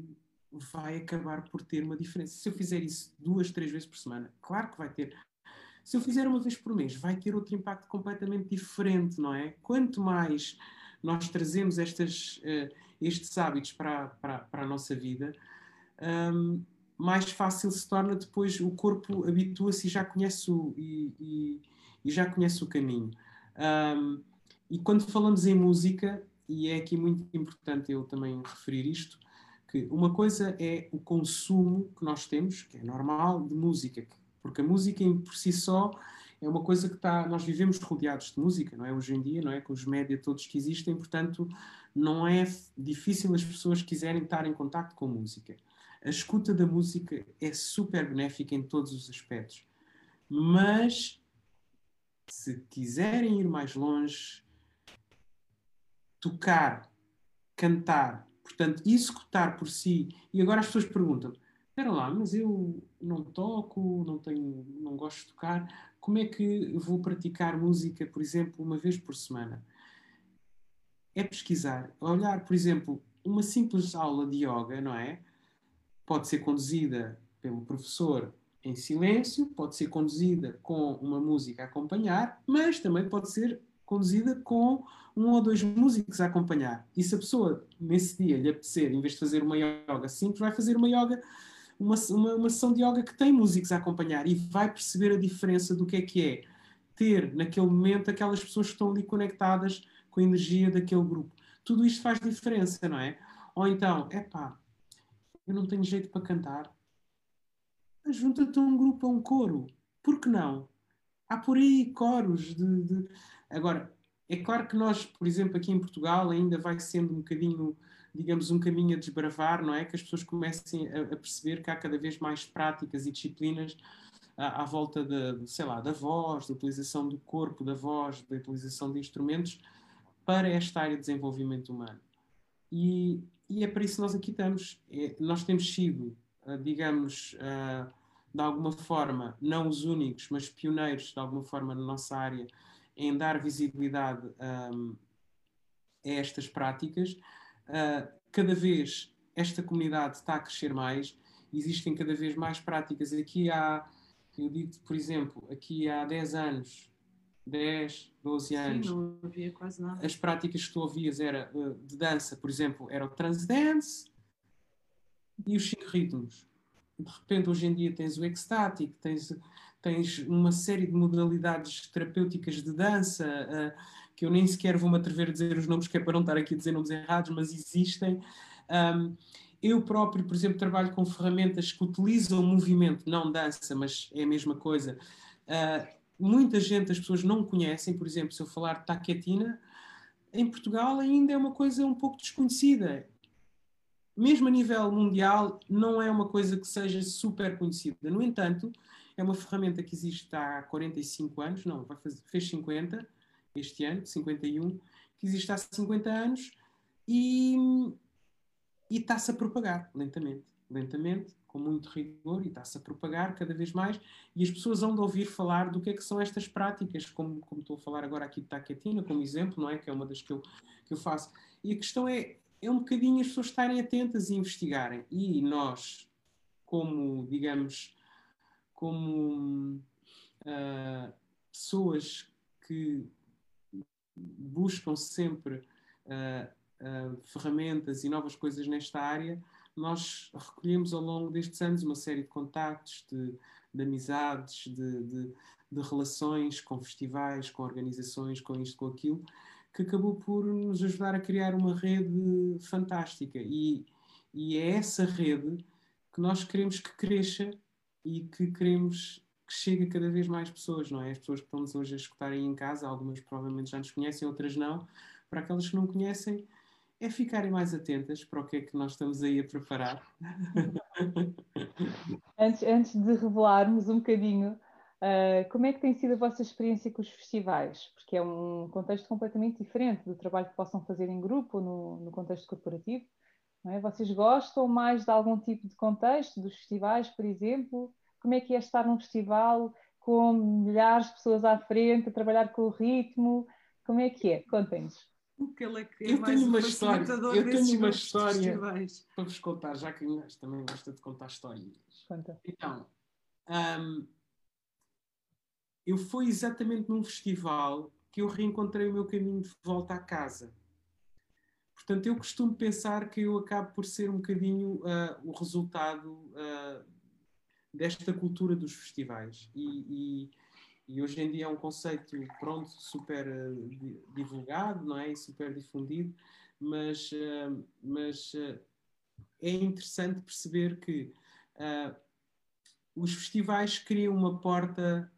vai acabar por ter uma diferença. Se eu fizer isso duas, três vezes por semana, claro que vai ter. Se eu fizer uma vez por mês, vai ter outro impacto completamente diferente, não é? Quanto mais nós trazemos estas, uh, estes hábitos para, para, para a nossa vida, um, mais fácil se torna depois, o corpo habitua-se e já conhece o, e, e, e já conhece o caminho. Um, e quando falamos em música, e é aqui muito importante eu também referir isto, que uma coisa é o consumo que nós temos, que é normal, de música, porque a música em por si só é uma coisa que está, nós vivemos rodeados de música, não é? Hoje em dia, não é? Com os média todos que existem, portanto, não é difícil as pessoas quiserem estar em contacto com música. A escuta da música é super benéfica em todos os aspectos, mas se quiserem ir mais longe, tocar, cantar, portanto, executar por si. E agora as pessoas perguntam: espera lá, mas eu não toco, não tenho, não gosto de tocar, como é que vou praticar música, por exemplo, uma vez por semana? É pesquisar, olhar, por exemplo, uma simples aula de yoga, não é? Pode ser conduzida pelo professor em silêncio, pode ser conduzida com uma música a acompanhar, mas também pode ser conduzida com um ou dois músicos a acompanhar. E se a pessoa, nesse dia, lhe apetecer, em vez de fazer uma yoga simples, vai fazer uma yoga, uma, uma, uma sessão de yoga que tem músicos a acompanhar e vai perceber a diferença do que é que é ter, naquele momento, aquelas pessoas que estão ali conectadas com a energia daquele grupo. Tudo isto faz diferença, não é? Ou então, epá, eu não tenho jeito para cantar. Junta-te a um grupo, a um coro. Por que não? Há por aí coros de, de... Agora, é claro que nós, por exemplo, aqui em Portugal, ainda vai sendo um bocadinho, digamos, um caminho a desbravar, não é? Que as pessoas comecem a, a perceber que há cada vez mais práticas e disciplinas à, à volta da, sei lá, da voz, da utilização do corpo, da voz, da utilização de instrumentos para esta área de desenvolvimento humano. E, e é para isso que nós aqui estamos. É, nós temos sido, uh, digamos, uh, de alguma forma, não os únicos, mas pioneiros, de alguma forma, na nossa área, em dar visibilidade um, a estas práticas. Uh, cada vez esta comunidade está a crescer mais, existem cada vez mais práticas. Aqui há, eu digo, por exemplo, aqui há dez anos, dez, doze anos. Sim, não havia quase nada. As práticas que tu ouvias era, de dança, por exemplo, era o Transdance e os cinco ritmos. De repente, hoje em dia, tens o Ecstatic, tens, tens uma série de modalidades terapêuticas de dança, uh, que eu nem sequer vou me atrever a dizer os nomes, que é para não estar aqui a dizer nomes errados, mas existem. Um, eu próprio, por exemplo, trabalho com ferramentas que utilizam o movimento, não dança, mas é a mesma coisa. Uh, muita gente, as pessoas não conhecem, por exemplo, se eu falar de taquetina, em Portugal ainda é uma coisa um pouco desconhecida. Mesmo a nível mundial, não é uma coisa que seja super conhecida. No entanto, é uma ferramenta que existe há quarenta e cinco anos, não, vai fazer, fez cinquenta este ano, cinquenta e um, que existe há cinquenta anos e, e está-se a propagar lentamente, lentamente, com muito rigor, e está-se a propagar cada vez mais, e as pessoas vão de ouvir falar do que é que são estas práticas, como, como estou a falar agora aqui de taquetina, como exemplo, não é? Que é uma das que eu, que eu faço. E a questão é, é um bocadinho as pessoas estarem atentas e investigarem. E nós, como, digamos, como uh, pessoas que buscam sempre uh, uh, ferramentas e novas coisas nesta área, nós recolhemos ao longo destes anos uma série de contactos, de, de amizades, de, de, de relações com festivais, com organizações, com isto, com aquilo, que acabou por nos ajudar a criar uma rede fantástica. E, e é essa rede que nós queremos que cresça e que queremos que chegue a cada vez mais pessoas, não é? As pessoas que estão-nos hoje a escutar aí em casa, algumas provavelmente já nos conhecem, outras não. Para aquelas que não conhecem, é ficarem mais atentas para o que é que nós estamos aí a preparar. Antes, antes de revelarmos um bocadinho, uh, como é que tem sido a vossa experiência com os festivais? Porque é um contexto completamente diferente do trabalho que possam fazer em grupo ou no, no contexto corporativo, não é? Vocês gostam mais de algum tipo de contexto, dos festivais, por exemplo? Como é que é estar num festival com milhares de pessoas à frente, a trabalhar com o ritmo? Como é que é? Contem-nos. que ele é que é Eu mais tenho um uma história, facilitador eu desses tenho uma grupos de história festivais. para vos contar, já que Inês também gosta de contar histórias. Conta. Então, hum, eu fui exatamente num festival que eu reencontrei o meu caminho de volta à casa. Portanto, eu costumo pensar que eu acabo por ser um bocadinho uh, o resultado uh, desta cultura dos festivais. E, e, e hoje em dia é um conceito, pronto, super uh, divulgado, não é? E super difundido, mas, uh, mas uh, é interessante perceber que uh, os festivais criam uma porta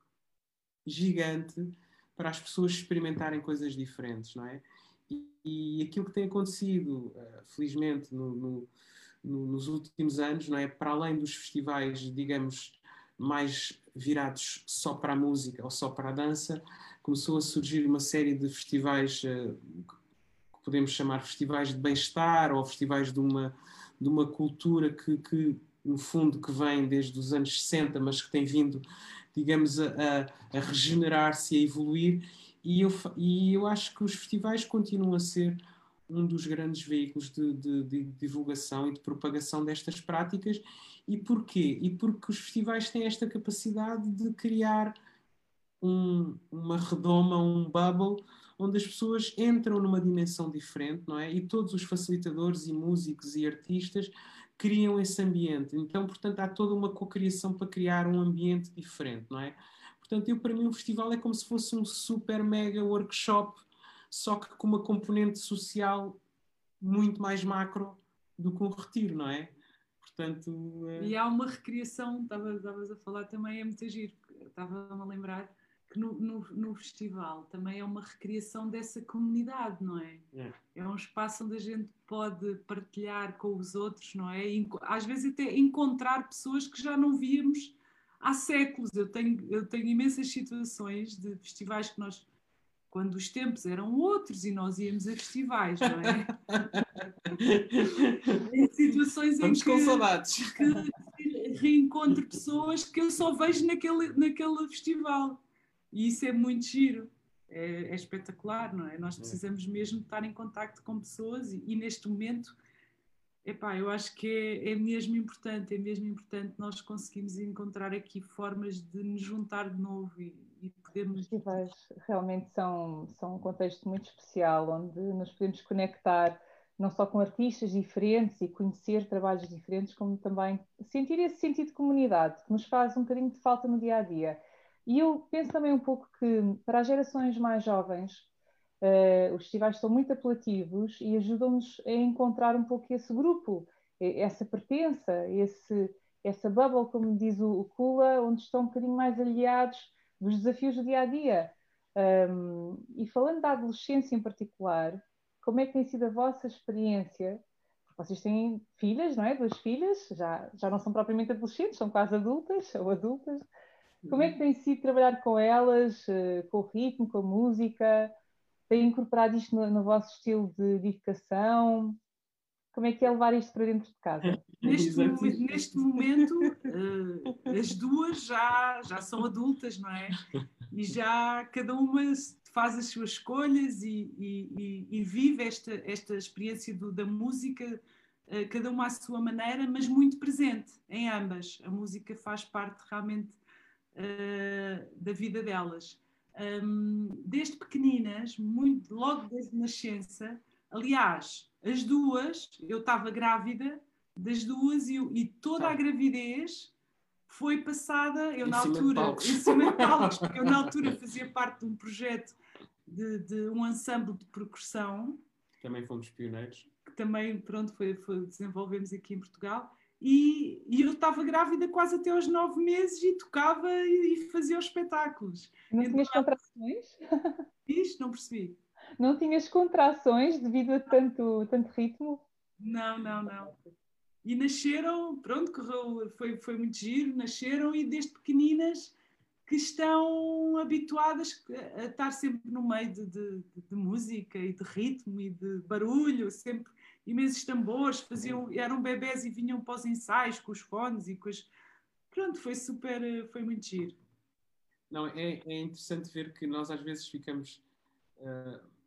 gigante para as pessoas experimentarem coisas diferentes, não é? E, e aquilo que tem acontecido, uh, felizmente, no, no, no, nos últimos anos, não é? Para além dos festivais, digamos, mais virados só para a música ou só para a dança, começou a surgir uma série de festivais uh, que podemos chamar festivais de bem-estar ou festivais de uma, de uma cultura que, que, no fundo, que vem desde os anos sessenta, mas que tem vindo, digamos, a, a, a regenerar-se e a evoluir. E eu, e eu acho que os festivais continuam a ser um dos grandes veículos de, de, de divulgação e de propagação destas práticas. E porquê? E porque os festivais têm esta capacidade de criar um, uma redoma, um bubble, onde as pessoas entram numa dimensão diferente, não é? E todos os facilitadores e músicos e artistas criam esse ambiente. Então, portanto, há toda uma cocriação para criar um ambiente diferente, não é? Portanto, eu, para mim, um festival é como se fosse um super mega workshop, só que com uma componente social muito mais macro do que um retiro, não é? Portanto... E há uma recriação, estavas a falar também, é muito giro, estava-me a lembrar que no, no, no festival também é uma recriação dessa comunidade, não é? É, é um espaço onde a gente pode partilhar com os outros, não é? E, às vezes até encontrar pessoas que já não víamos há séculos. Eu tenho, eu tenho imensas situações de festivais que nós, quando os tempos eram outros e nós íamos a festivais, não é? Em situações Vamos em com que, saudades. que reencontro pessoas que eu só vejo naquele, naquele festival. E isso é muito giro. É, é espetacular, não é? Nós precisamos mesmo estar em contacto com pessoas e, e neste momento, epá, eu acho que é, é mesmo importante, é mesmo importante nós conseguirmos encontrar aqui formas de nos juntar de novo e, e podermos... Os festivais realmente são, são um contexto muito especial, onde nos podemos conectar não só com artistas diferentes e conhecer trabalhos diferentes, como também sentir esse sentido de comunidade, que nos faz um bocadinho de falta no dia-a-dia. E eu penso também um pouco que, para as gerações mais jovens, uh, os festivais são muito apelativos e ajudam-nos a encontrar um pouco esse grupo, essa pertença, esse, essa bubble, como diz o, o Kula, onde estão um bocadinho mais aliados dos desafios do dia-a-dia. Um, e falando da adolescência em particular, como é que tem sido a vossa experiência? Porque vocês têm filhas, não é? Duas filhas, já, já não são propriamente adolescentes, são quase adultas ou adultas. Como é que tem sido trabalhar com elas, com o ritmo, com a música? Tem incorporado isto no, no vosso estilo de, de educação? Como é que é levar isto para dentro de casa? Neste, momento, neste momento uh, as duas já, já são adultas, não é? E já cada uma faz as suas escolhas e, e, e vive esta, esta experiência do, da música, uh, cada uma à sua maneira, mas muito presente em ambas. A música faz parte realmente uh, da vida delas. Um, desde pequeninas, muito, logo desde nascença, aliás, as duas, eu estava grávida das duas e, e toda a gravidez foi passada, eu em na cima altura, de em cima de palcos, porque eu na altura fazia parte de um projeto de, de um ensemble de percussão. Também fomos pioneiros. Que também, pronto, foi, foi, desenvolvemos aqui em Portugal. E, e eu estava grávida quase até aos nove meses e tocava e, e fazia os espetáculos. Não então, tinhas contrações? Isto não percebi. Não tinhas contrações devido a tanto, tanto ritmo? Não, não, não. E nasceram, pronto, correu, foi, foi muito giro, nasceram e desde pequeninas que estão habituadas a estar sempre no meio de, de, de música e de ritmo e de barulho, sempre imensos tambores, faziam, eram bebés e vinham para os ensaios com os fones e com as... Pronto, foi super, foi muito giro. Não, é, é interessante ver que nós às vezes ficamos uh,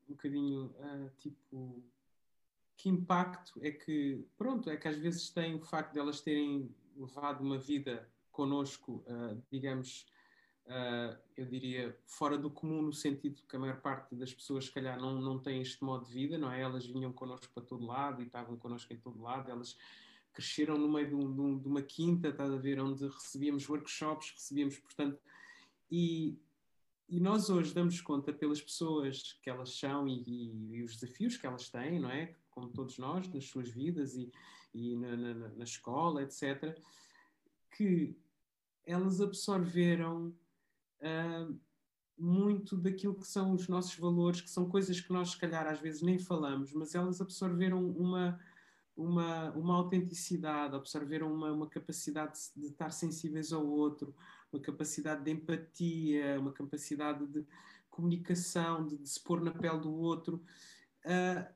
um bocadinho uh, tipo, que impacto é que, pronto, é que às vezes tem o facto de elas terem levado uma vida connosco, uh, digamos, uh, eu diria, fora do comum, no sentido que a maior parte das pessoas, se calhar, não, não tem este modo de vida, não é? Elas vinham connosco para todo lado e estavam connosco em todo lado, elas cresceram no meio de, um, de uma quinta, estás a ver, onde recebíamos workshops, recebíamos, portanto, e, e nós hoje damos conta pelas pessoas que elas são e, e, e os desafios que elas têm, não é? Como todos nós, nas suas vidas e, e na, na, na escola, etcétera, que elas absorveram uh, muito daquilo que são os nossos valores, que são coisas que nós, se calhar, às vezes nem falamos, mas elas absorveram uma, uma, uma autenticidade, absorveram uma, uma capacidade de, de estar sensíveis ao outro, uma capacidade de empatia, uma capacidade de comunicação, de, de se pôr na pele do outro. Uh,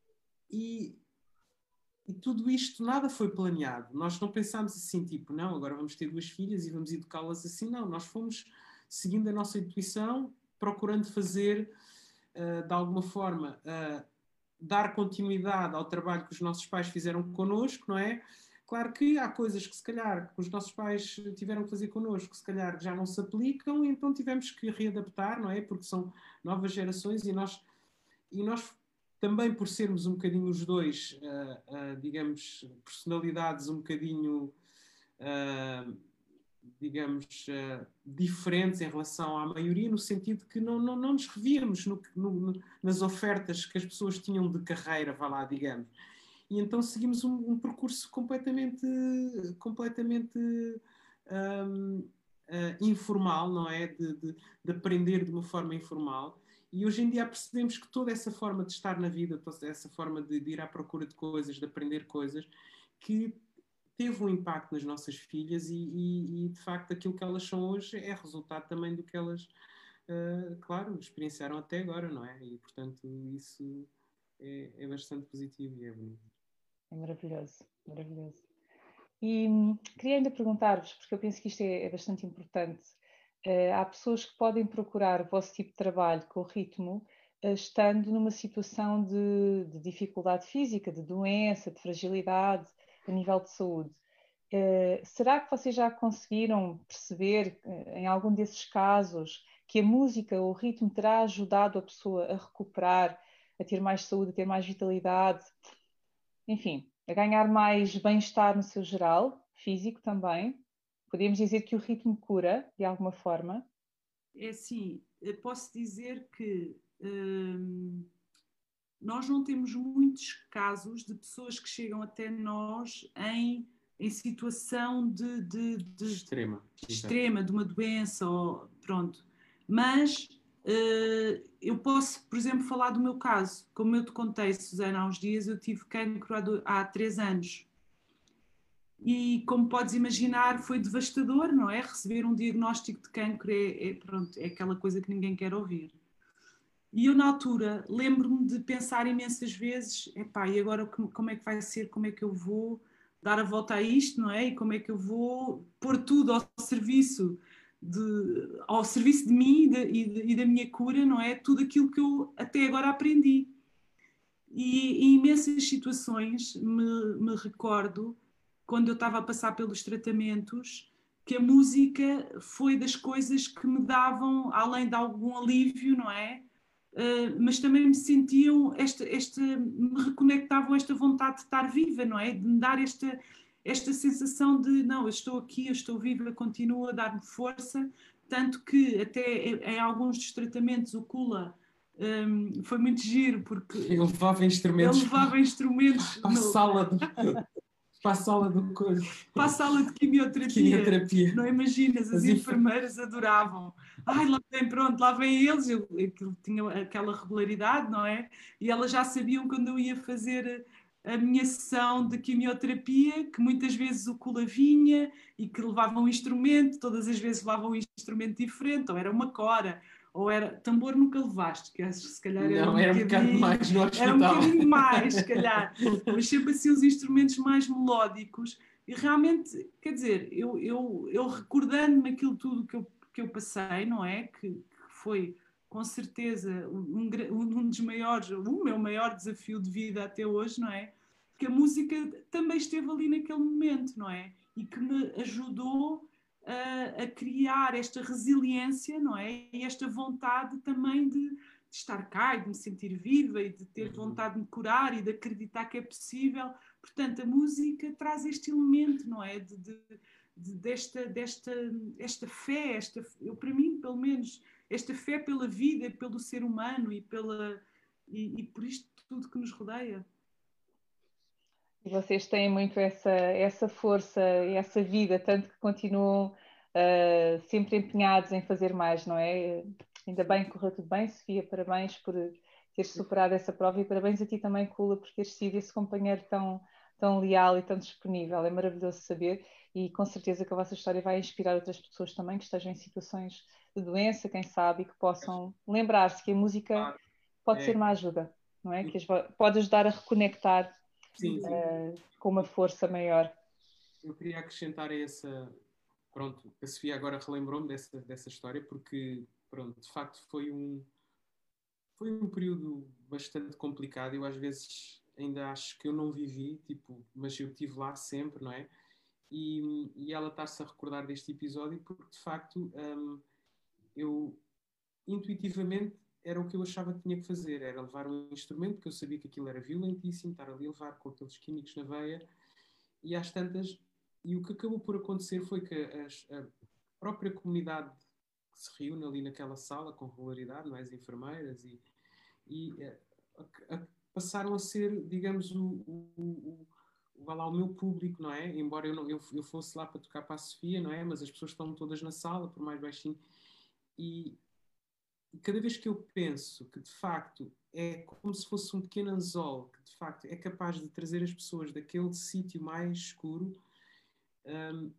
e, e tudo isto, nada foi planeado. Nós não pensámos assim, tipo, não, agora vamos ter duas filhas e vamos educá-las assim. Não, nós fomos seguindo a nossa intuição, procurando fazer, uh, de alguma forma, uh, dar continuidade ao trabalho que os nossos pais fizeram connosco, não é? Claro que há coisas que, se calhar, que os nossos pais tiveram que fazer connosco, que se calhar já não se aplicam, e então tivemos que readaptar, não é? Porque são novas gerações e nós, e nós também, por sermos um bocadinho os dois, uh, uh, digamos, personalidades um bocadinho... Uh, digamos, uh, diferentes em relação à maioria, no sentido que não, não, não nos revíamos no, no, nas ofertas que as pessoas tinham de carreira, vá lá, digamos. E então seguimos um, um percurso completamente, completamente um, uh, informal, não é? De, de, de aprender de uma forma informal. E hoje em dia percebemos que toda essa forma de estar na vida, toda essa forma de, de ir à procura de coisas, de aprender coisas, que teve um impacto nas nossas filhas e, e, e, de facto, aquilo que elas são hoje é resultado também do que elas, uh, claro, experienciaram até agora, não é? E, portanto, isso é, é bastante positivo e é bonito. É maravilhoso, maravilhoso. E hum, queria ainda perguntar-vos, porque eu penso que isto é, é bastante importante, uh, há pessoas que podem procurar o vosso tipo de trabalho com o ritmo, uh, estando numa situação de, de dificuldade física, de doença, de fragilidade, a nível de saúde. Uh, será que vocês já conseguiram perceber, uh, em algum desses casos, que a música ou o ritmo terá ajudado a pessoa a recuperar, a ter mais saúde, a ter mais vitalidade, enfim, a ganhar mais bem-estar no seu geral, físico também? Podemos dizer que o ritmo cura, de alguma forma? É assim, posso dizer que hum, nós não temos muitos casos de pessoas que chegam até nós em, em situação de, de, de extrema, extrema, de uma doença, ou, pronto. Mas uh, eu posso, por exemplo, falar do meu caso. Como eu te contei, Susana, há uns dias eu tive cancro há, há três anos. E, como podes imaginar, foi devastador, não é? Receber um diagnóstico de cancro é, é, pronto, é aquela coisa que ninguém quer ouvir. E eu, na altura, lembro-me de pensar imensas vezes, epá, e agora como é que vai ser, como é que eu vou dar a volta a isto, não é? E como é que eu vou pôr tudo ao serviço de, ao serviço de mim e, de, e, de, e da minha cura, não é? Tudo aquilo que eu até agora aprendi. E em imensas situações me, me recordo, quando eu estava a passar pelos tratamentos, que a música foi das coisas que me davam, além de algum alívio, não é? Uh, mas também me sentiam, esta, esta, me reconectavam esta vontade de estar viva, não é? De me dar esta, esta sensação de, não, eu estou aqui, eu estou viva, continua a dar-me força, tanto que até em, em alguns dos tratamentos o Kula um, foi muito giro, porque ele levava instrumentos, ele levava instrumentos para a no, sala do, para a sala do coisa. para a sala de quimioterapia. quimioterapia. Não imaginas, as, as enfermeiras adoravam. Ai, lá vem, pronto, lá vem eles. Eu, eu tinha aquela regularidade, não é? E elas já sabiam quando eu ia fazer a minha sessão de quimioterapia, que muitas vezes o Kula vinha e que levava um instrumento, todas as vezes levava um instrumento diferente, ou era uma cora, ou era... Tambor nunca levaste, que acho que se calhar era, não, um, era um bocadinho mais no hospital. Era um bocadinho mais, se calhar. Mas sempre assim os instrumentos mais melódicos. E realmente, quer dizer, eu, eu, eu recordando-me aquilo tudo que eu, que eu passei, não é? Que, que foi com certeza, um, um dos maiores, o meu maior desafio de vida até hoje, não é? Que a música também esteve ali naquele momento, não é? E que me ajudou a, a criar esta resiliência, não é? E esta vontade também de, de estar cá e de me sentir viva e de ter vontade de me curar e de acreditar que é possível. Portanto, a música traz este elemento, não é? De, de, de, desta, desta esta fé, esta, eu, para mim, pelo menos, esta fé pela vida, pelo ser humano e, pela, e, e por isto tudo que nos rodeia. E vocês têm muito essa, essa força, essa vida, tanto que continuam uh, sempre empenhados em fazer mais, não é? Ainda bem que correu tudo bem, Sofia, parabéns por teres superado essa prova e parabéns a ti também, Kula, por teres sido esse companheiro tão, tão leal e tão disponível. É maravilhoso saber e com certeza que a vossa história vai inspirar outras pessoas também que estejam em situações de doença, quem sabe, e que possam lembrar-se que a música pode É. ser uma ajuda, não é? Que pode ajudar a reconectar Sim, sim. Uh, com uma força maior. Eu queria acrescentar a essa... Pronto, a Sofia agora relembrou-me dessa, dessa história porque, pronto, de facto foi um, foi um período bastante complicado. Eu às vezes ainda acho que eu não vivi, tipo, mas eu estive lá sempre, não é? E, e ela está-se a recordar deste episódio porque, de facto, um, eu intuitivamente era o que eu achava que tinha que fazer, era levar um instrumento, porque eu sabia que aquilo era violentíssimo, estar ali a levar com aqueles químicos na veia, e às tantas, e o que acabou por acontecer foi que as, a própria comunidade que se reúne ali naquela sala com regularidade, não é? As enfermeiras, e, e a, a, passaram a ser, digamos, o, o, o, o, lá, o meu público, não é? Embora eu, não, eu, eu fosse lá para tocar para a Sofia, não é? Mas as pessoas estão todas na sala, por mais baixinho, e E cada vez que eu penso que, de facto, é como se fosse um pequeno anzol, que, de facto, é capaz de trazer as pessoas daquele sítio mais escuro, hum,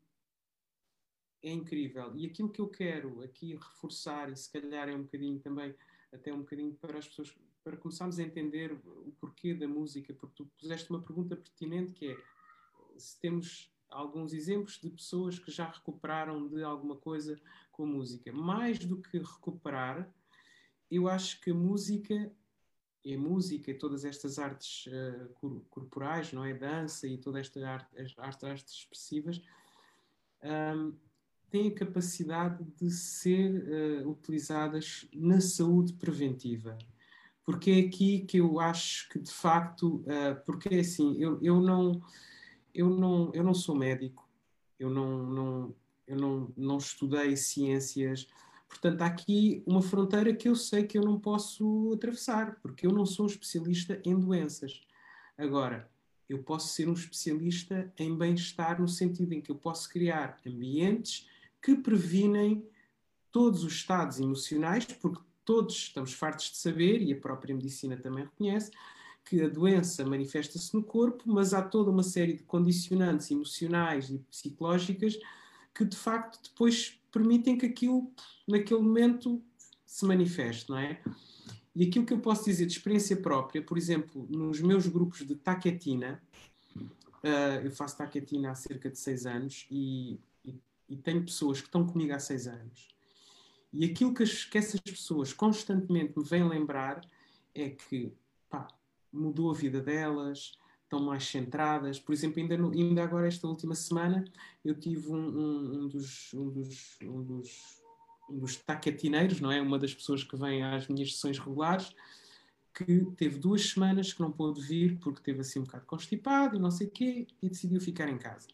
é incrível. E aquilo que eu quero aqui reforçar, e se calhar é um bocadinho também, até um bocadinho para as pessoas, para começarmos a entender o porquê da música, porque tu puseste uma pergunta pertinente, que é se temos alguns exemplos de pessoas que já recuperaram de alguma coisa com a música. Mais do que recuperar, eu acho que a música, e a música e todas estas artes uh, corporais, não é? Dança e todas estas arte, as artes, artes expressivas, um, têm a capacidade de ser uh, utilizadas na saúde preventiva. Porque é aqui que eu acho que, de facto, uh, porque é assim, eu, eu, não, eu, não, eu não sou médico, eu não, não, eu não, não estudei ciências. Portanto, há aqui uma fronteira que eu sei que eu não posso atravessar, porque eu não sou um especialista em doenças. Agora, eu posso ser um especialista em bem-estar no sentido em que eu posso criar ambientes que previnem todos os estados emocionais, porque todos estamos fartos de saber, e a própria medicina também reconhece, que a doença manifesta-se no corpo, mas há toda uma série de condicionantes emocionais e psicológicas que, de facto, depois permitem que aquilo, naquele momento, se manifeste, não é? E aquilo que eu posso dizer de experiência própria, por exemplo, nos meus grupos de taquetina, uh, eu faço taquetina há cerca de seis anos e, e, e tenho pessoas que estão comigo há seis anos. E aquilo que, as, que essas pessoas constantemente me vêm lembrar é que, pá, mudou a vida delas, estão mais centradas. Por exemplo, ainda, no, ainda agora, esta última semana, eu tive um, um, um, dos, um, dos, um, dos, um dos taquetineiros, não é? Uma das pessoas que vem às minhas sessões regulares, que teve duas semanas que não pôde vir porque teve assim um bocado constipado e não sei o quê, e decidiu ficar em casa.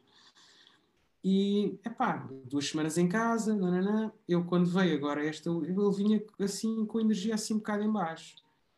E, epá, duas semanas em casa, nananã. Eu quando veio agora esta, ele vinha assim com energia assim um bocado em baixo.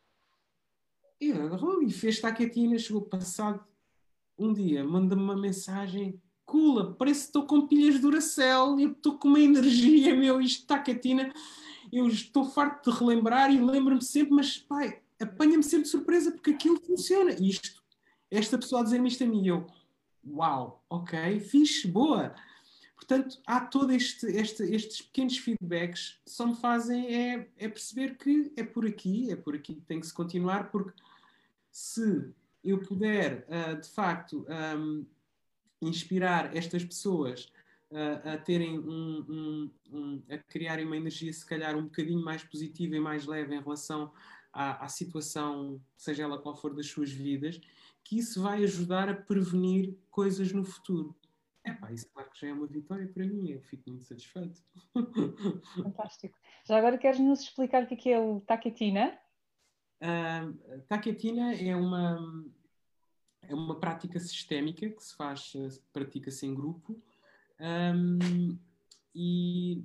E ele agarrou e fez taquetina, chegou passado um dia, manda-me uma mensagem, Kula, parece que estou com pilhas de Duracell, eu estou com uma energia, meu, isto taquetina, eu estou farto de relembrar e lembro-me sempre, mas pai, apanha-me sempre de surpresa porque aquilo funciona. E isto, esta pessoa a dizer-me isto a mim, eu, uau, ok, fixe, boa. Portanto, há todos este, este, estes pequenos feedbacks que só me fazem é, é perceber que é por aqui, é por aqui que tem que se continuar, porque se eu puder, uh, de facto, um, inspirar estas pessoas a, a terem um, um, um, a criarem uma energia se calhar um bocadinho mais positiva e mais leve em relação à, à situação, seja ela qual for das suas vidas, que isso vai ajudar a prevenir coisas no futuro. Epá, isso claro que já é uma vitória para mim, eu fico muito satisfeito. Fantástico. Já agora queres-nos explicar o que é, que é o Taketina? Uh, Taketina é uma, é uma prática sistémica que se faz, pratica-se em grupo, um, e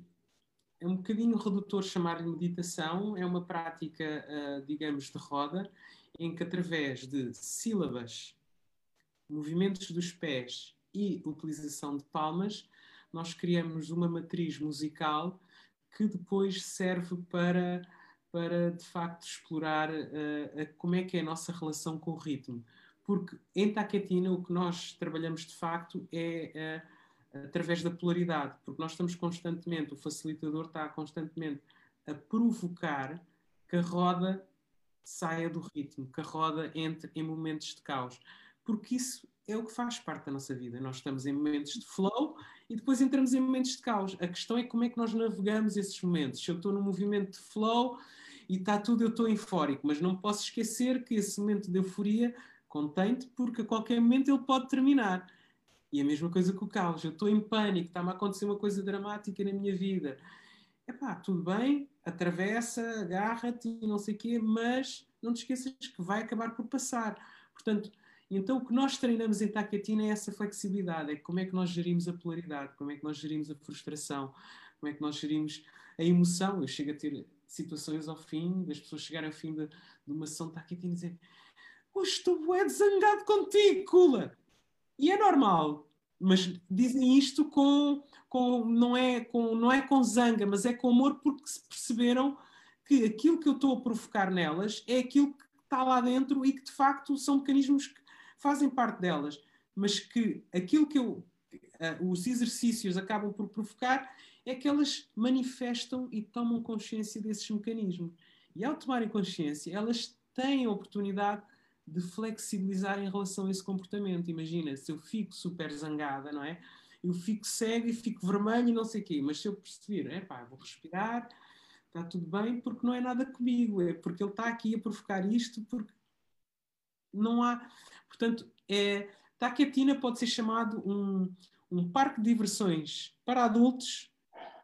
é um bocadinho redutor chamar-lhe meditação. É uma prática, uh, digamos, de roda, em que através de sílabas, movimentos dos pés e utilização de palmas, nós criamos uma matriz musical que depois serve para, para de facto, explorar uh, a, como é que é a nossa relação com o ritmo. Porque em Taketina o que nós trabalhamos de facto é uh, através da polaridade, porque nós estamos constantemente, o facilitador está constantemente a provocar que a roda saia do ritmo, que a roda entre em momentos de caos, porque isso é o que faz parte da nossa vida. Nós estamos em momentos de flow e depois entramos em momentos de caos. A questão é como é que nós navegamos esses momentos. Se eu estou num movimento de flow e está tudo, eu estou eufórico, mas não posso esquecer que esse momento de euforia contém-te, porque a qualquer momento ele pode terminar. E a mesma coisa com o caos. Eu estou em pânico, está-me a acontecer uma coisa dramática na minha vida. Epá, tudo bem, atravessa, agarra-te e não sei o quê, mas não te esqueças que vai acabar por passar. Portanto, então o que nós treinamos em Taketina é essa flexibilidade, é como é que nós gerimos a polaridade, como é que nós gerimos a frustração, como é que nós gerimos a emoção. Eu chego a ter situações ao fim, das pessoas chegarem ao fim de, de uma sessão de Taketina e dizer: hoje estou bué de zangado contigo, Kula. E é normal, mas dizem isto com, com, não, é com, não é com zanga, mas é com amor, porque se perceberam que aquilo que eu estou a provocar nelas é aquilo que está lá dentro e que de facto são mecanismos que fazem parte delas, mas que aquilo que eu, uh, os exercícios acabam por provocar é que elas manifestam e tomam consciência desses mecanismos. E ao tomarem consciência, elas têm a oportunidade de flexibilizar em relação a esse comportamento. Imagina, se eu fico super zangada, não é? Eu fico cego e fico vermelho e não sei o quê, mas se eu perceber, é pá, vou respirar, está tudo bem, porque não é nada comigo, é porque ele está aqui a provocar isto, porque não há... Portanto, é... Taketina pode ser chamado um, um parque de diversões para adultos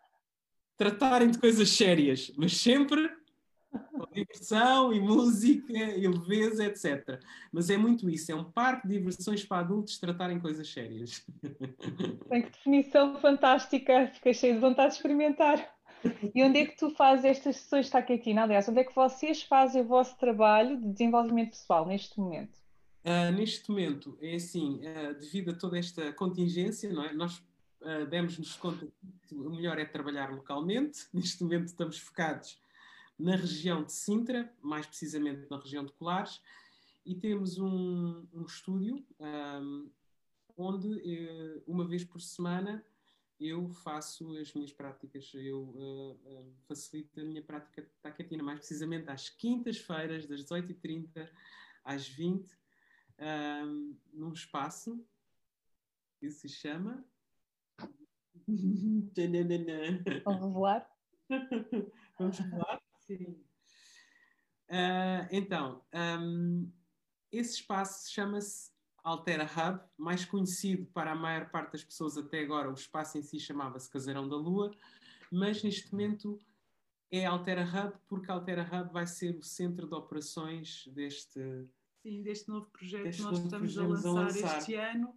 tratarem de coisas sérias, mas sempre com diversão e música e leveza, etcétera. Mas é muito isso, é um parque de diversões para adultos tratarem coisas sérias. Tem que definição fantástica, fiquei cheio de vontade de experimentar. E onde é que tu fazes estas sessões de Taketina? Aliás, onde é que vocês fazem o vosso trabalho de desenvolvimento pessoal neste momento? Uh, neste momento, é assim, uh, devido a toda esta contingência, não é? Nós uh, demos-nos conta que o melhor é trabalhar localmente. Neste momento estamos focados na região de Sintra, mais precisamente na região de Colares, e temos um, um estúdio um, onde, uh, uma vez por semana, eu faço as minhas práticas, eu uh, uh, facilito a minha prática de Taketina, mais precisamente às quintas-feiras, das dezoito e trinta às vinte, um, num espaço que se chama... Vou revelar? Vamos falar? Sim. Uh, então, um, esse espaço chama-se Altera Hub, mais conhecido para a maior parte das pessoas até agora. O espaço em si chamava-se Casarão da Lua, mas neste momento é Altera Hub, porque Altera Hub vai ser o centro de operações deste... Sim, deste novo projeto deste que nós novo estamos a projeto lançar, a lançar este ano.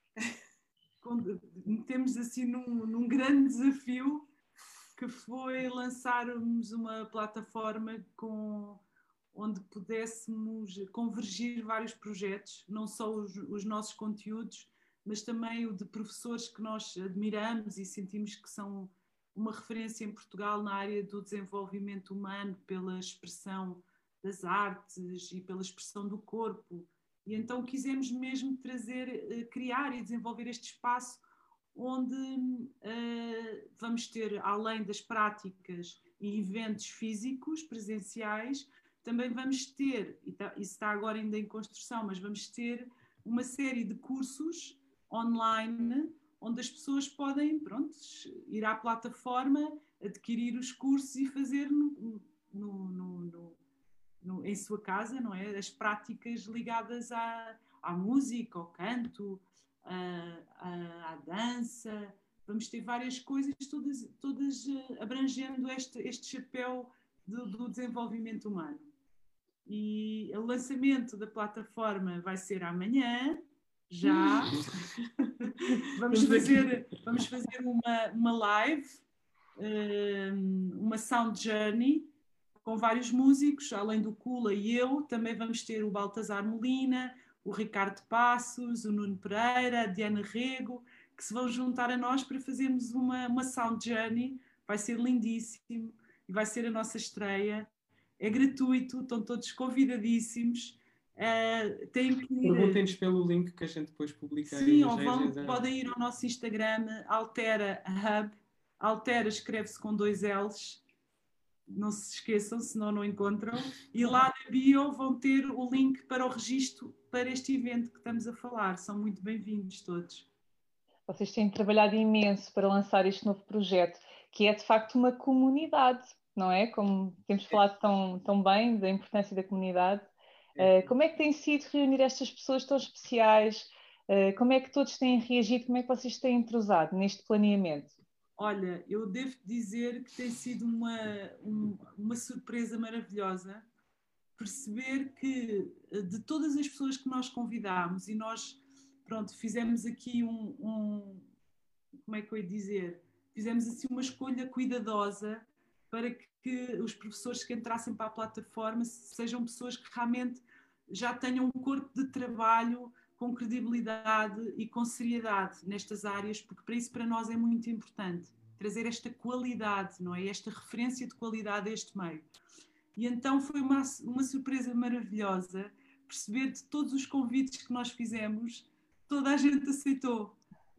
Temos assim num, num grande desafio, que foi lançarmos uma plataforma com, onde pudéssemos convergir vários projetos, não só os, os nossos conteúdos, mas também o de professores que nós admiramos e sentimos que são uma referência em Portugal na área do desenvolvimento humano, pela expressão das artes e pela expressão do corpo. E então quisemos mesmo trazer, criar e desenvolver este espaço onde uh, vamos ter, além das práticas e eventos físicos, presenciais, também vamos ter, e tá, isso está agora ainda em construção, mas vamos ter uma série de cursos online onde as pessoas podem, pronto, ir à plataforma, adquirir os cursos e fazer no, no, no, no, no, em sua casa, não é? As práticas ligadas à, à música, ao canto, à, à, à dança. Vamos ter várias coisas, todas, todas abrangendo este, este chapéu do, do desenvolvimento humano. E o lançamento da plataforma vai ser amanhã, já. vamos, fazer, vamos fazer uma, uma live, uma sound journey, com vários músicos, além do Kula e eu. Também vamos ter o Baltazar Molina, o Ricardo Passos, o Nuno Pereira, a Diana Rego, que se vão juntar a nós para fazermos uma, uma sound journey. Vai ser lindíssimo e vai ser a nossa estreia. É gratuito, estão todos convidadíssimos. Uh, têm que ir... Perguntem-nos pelo link que a gente depois publica. Sim, aí ou vão, podem ir ao nosso Instagram, Altera Hub. Altera escreve-se com dois L's. Não se esqueçam, senão não encontram. E lá na bio vão ter o link para o registro para este evento que estamos a falar. São muito bem-vindos todos. Vocês têm trabalhado imenso para lançar este novo projeto, que é de facto uma comunidade, não é? Como temos falado tão, tão bem da importância da comunidade. Uh, como é que tem sido reunir estas pessoas tão especiais? Uh, como é que todos têm reagido? Como é que vocês têm entrosado neste planeamento? Olha, eu devo dizer que tem sido uma, um, uma surpresa maravilhosa perceber que de todas as pessoas que nós convidámos, e nós, pronto, fizemos aqui um, um como é que eu ia dizer? Fizemos assim uma escolha cuidadosa para que os professores que entrassem para a plataforma sejam pessoas que realmente já tenham um corpo de trabalho com credibilidade e com seriedade nestas áreas, porque para isso para nós é muito importante, trazer esta qualidade, não é? Esta referência de qualidade a este meio. E então foi uma, uma surpresa maravilhosa perceber de todos os convites que nós fizemos, toda a gente aceitou.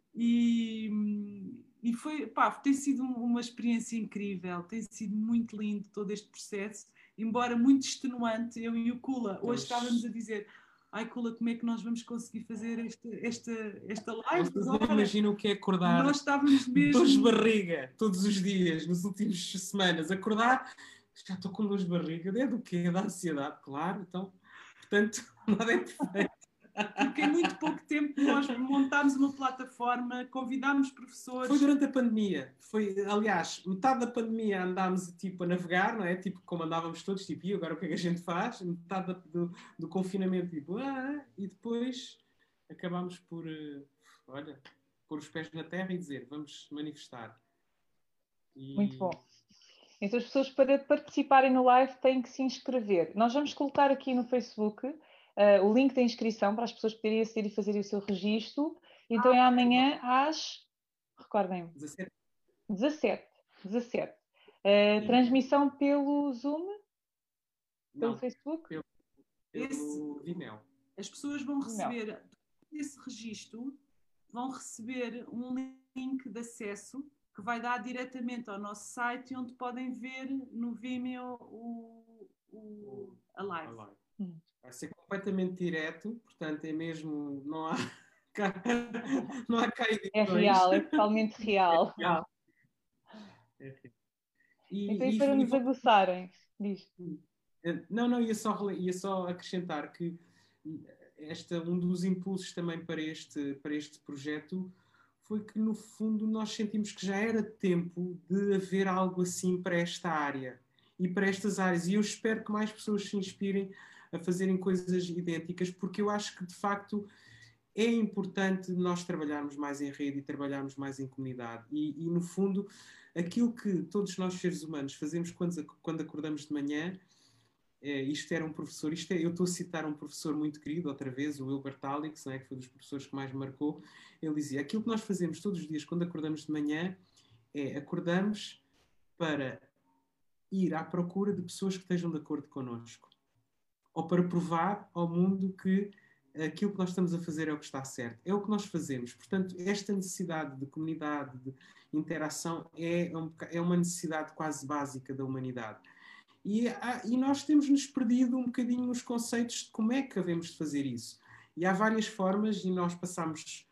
E, e foi, pá, tem sido uma experiência incrível, tem sido muito lindo todo este processo, embora muito extenuante. Eu e o Kula hoje estávamos a dizer: ai Kula, como é que nós vamos conseguir fazer esta, esta, esta live? Imagina o que é acordar nós estávamos mesmo... dores de barriga todos os dias, nas últimas semanas, acordar, já estou com dores de barriga, é do quê? É da ansiedade, claro, então, portanto, nada é perfeito. Porque em muito pouco tempo nós montámos uma plataforma, convidámos professores. Foi durante a pandemia. Foi, aliás, metade da pandemia andámos tipo a navegar, não é? Tipo, como andávamos todos, tipo, e agora o que é que a gente faz? Metade do, do confinamento, tipo, ah, e depois acabámos por, uh, olha, pôr os pés na terra e dizer, vamos manifestar. E... Muito bom. Então as pessoas para participarem no live têm que se inscrever. Nós vamos colocar aqui no Facebook Uh, o link da inscrição para as pessoas poderem aceder e fazer o seu registro. Então ah, é amanhã às... Recordem-me. dezassete. dezassete. dezassete. Uh, transmissão pelo Zoom? Pelo Não, Facebook? Pelo, pelo Vimeo. As pessoas vão receber esse registro, vão receber um link de acesso que vai dar diretamente ao nosso site, onde podem ver no Vimeo o, o, a live. A live. Hum. Vai ser completamente direto, portanto é mesmo, não há cá, não há cá edições. É real, é totalmente real. É real. É real. E, então e para nos e... aguçarem, diz. Não, não, ia só, ia só acrescentar que esta, um dos impulsos também para este, para este projeto foi que no fundo nós sentimos que já era tempo de haver algo assim para esta área e para estas áreas, e eu espero que mais pessoas se inspirem a fazerem coisas idênticas, porque eu acho que de facto é importante nós trabalharmos mais em rede e trabalharmos mais em comunidade e, e no fundo aquilo que todos nós seres humanos fazemos quando, quando acordamos de manhã, é, isto era um professor, isto é, eu estou a citar um professor muito querido, outra vez, o Wilbert Alix, não é, que foi um dos professores que mais me marcou. Ele dizia, aquilo que nós fazemos todos os dias quando acordamos de manhã é acordamos para ir à procura de pessoas que estejam de acordo connosco, ou para provar ao mundo que aquilo que nós estamos a fazer é o que está certo. É o que nós fazemos. Portanto, esta necessidade de comunidade, de interação, é, um, é uma necessidade quase básica da humanidade. E, há, e nós temos-nos perdido um bocadinho nos conceitos de como é que havemos de fazer isso. E há várias formas, e nós passamos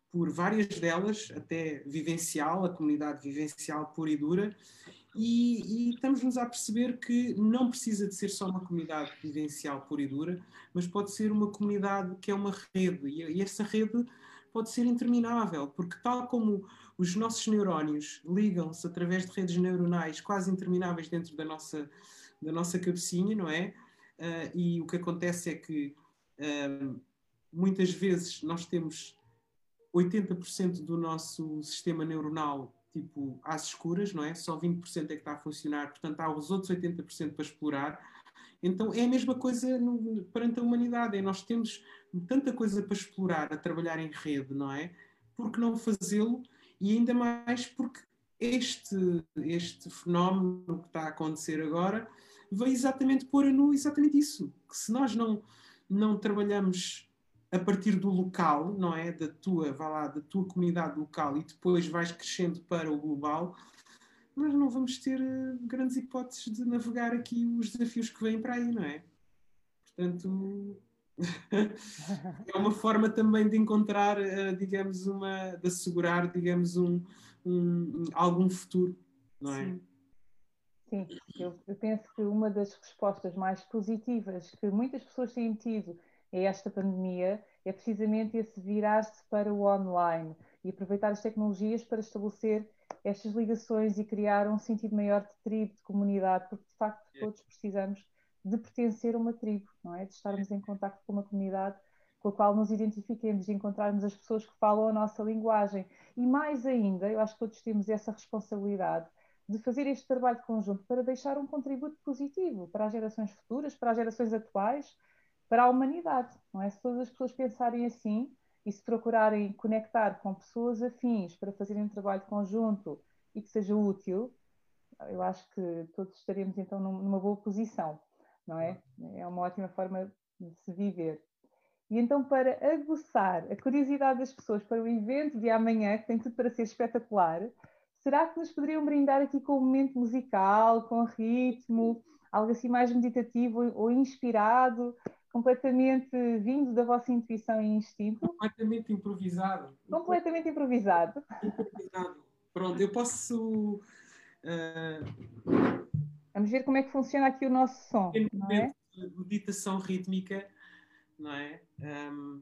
por várias delas, até vivencial, a comunidade vivencial pura e dura, e, e estamos-nos a perceber que não precisa de ser só uma comunidade vivencial pura e dura, mas pode ser uma comunidade que é uma rede, e, e essa rede pode ser interminável, porque tal como os nossos neurónios ligam-se através de redes neuronais quase intermináveis dentro da nossa, da nossa cabecinha, não é? Uh, e o que acontece é que uh, muitas vezes nós temos oitenta por cento do nosso sistema neuronal tipo às escuras, não é? Só vinte por cento é que está a funcionar, portanto há os outros oitenta por cento para explorar. Então é a mesma coisa no, perante a humanidade, é nós temos tanta coisa para explorar, a trabalhar em rede, não é? Por que não fazê-lo? E ainda mais porque este, este fenómeno que está a acontecer agora veio exatamente pôr a nu exatamente isso, que se nós não, não trabalhamos a partir do local, não é? Da tua, vá lá, da tua comunidade local e depois vais crescendo para o global, nós não vamos ter uh, grandes hipóteses de navegar aqui os desafios que vêm para aí, não é? Portanto, é uma forma também de encontrar, uh, digamos, uma, de assegurar, digamos, um, um, um, algum futuro, não é? Sim. Sim, eu, eu penso que uma das respostas mais positivas que muitas pessoas têm tido a esta pandemia é precisamente esse virar-se para o online e aproveitar as tecnologias para estabelecer estas ligações e criar um sentido maior de tribo, de comunidade, porque de facto todos precisamos de pertencer a uma tribo, não é? De estarmos em contacto com uma comunidade com a qual nos identifiquemos, de encontrarmos as pessoas que falam a nossa linguagem. E mais ainda, eu acho que todos temos essa responsabilidade de fazer este trabalho conjunto para deixar um contributo positivo para as gerações futuras, para as gerações atuais, para a humanidade, não é? Se todas as pessoas pensarem assim e se procurarem conectar com pessoas afins para fazerem um trabalho conjunto e que seja útil, eu acho que todos estaremos então numa boa posição, não é? É uma ótima forma de se viver. E então, para aguçar a curiosidade das pessoas para o evento de amanhã, que tem tudo para ser espetacular, será que nos poderiam brindar aqui com um momento musical, com ritmo, algo assim mais meditativo ou inspirado, completamente vindo da vossa intuição e instinto? Completamente improvisado. Completamente improvisado. Improvisado. Pronto, eu posso... Uh... Vamos ver como é que funciona aqui o nosso som, não é? Meditação rítmica, não é? Um...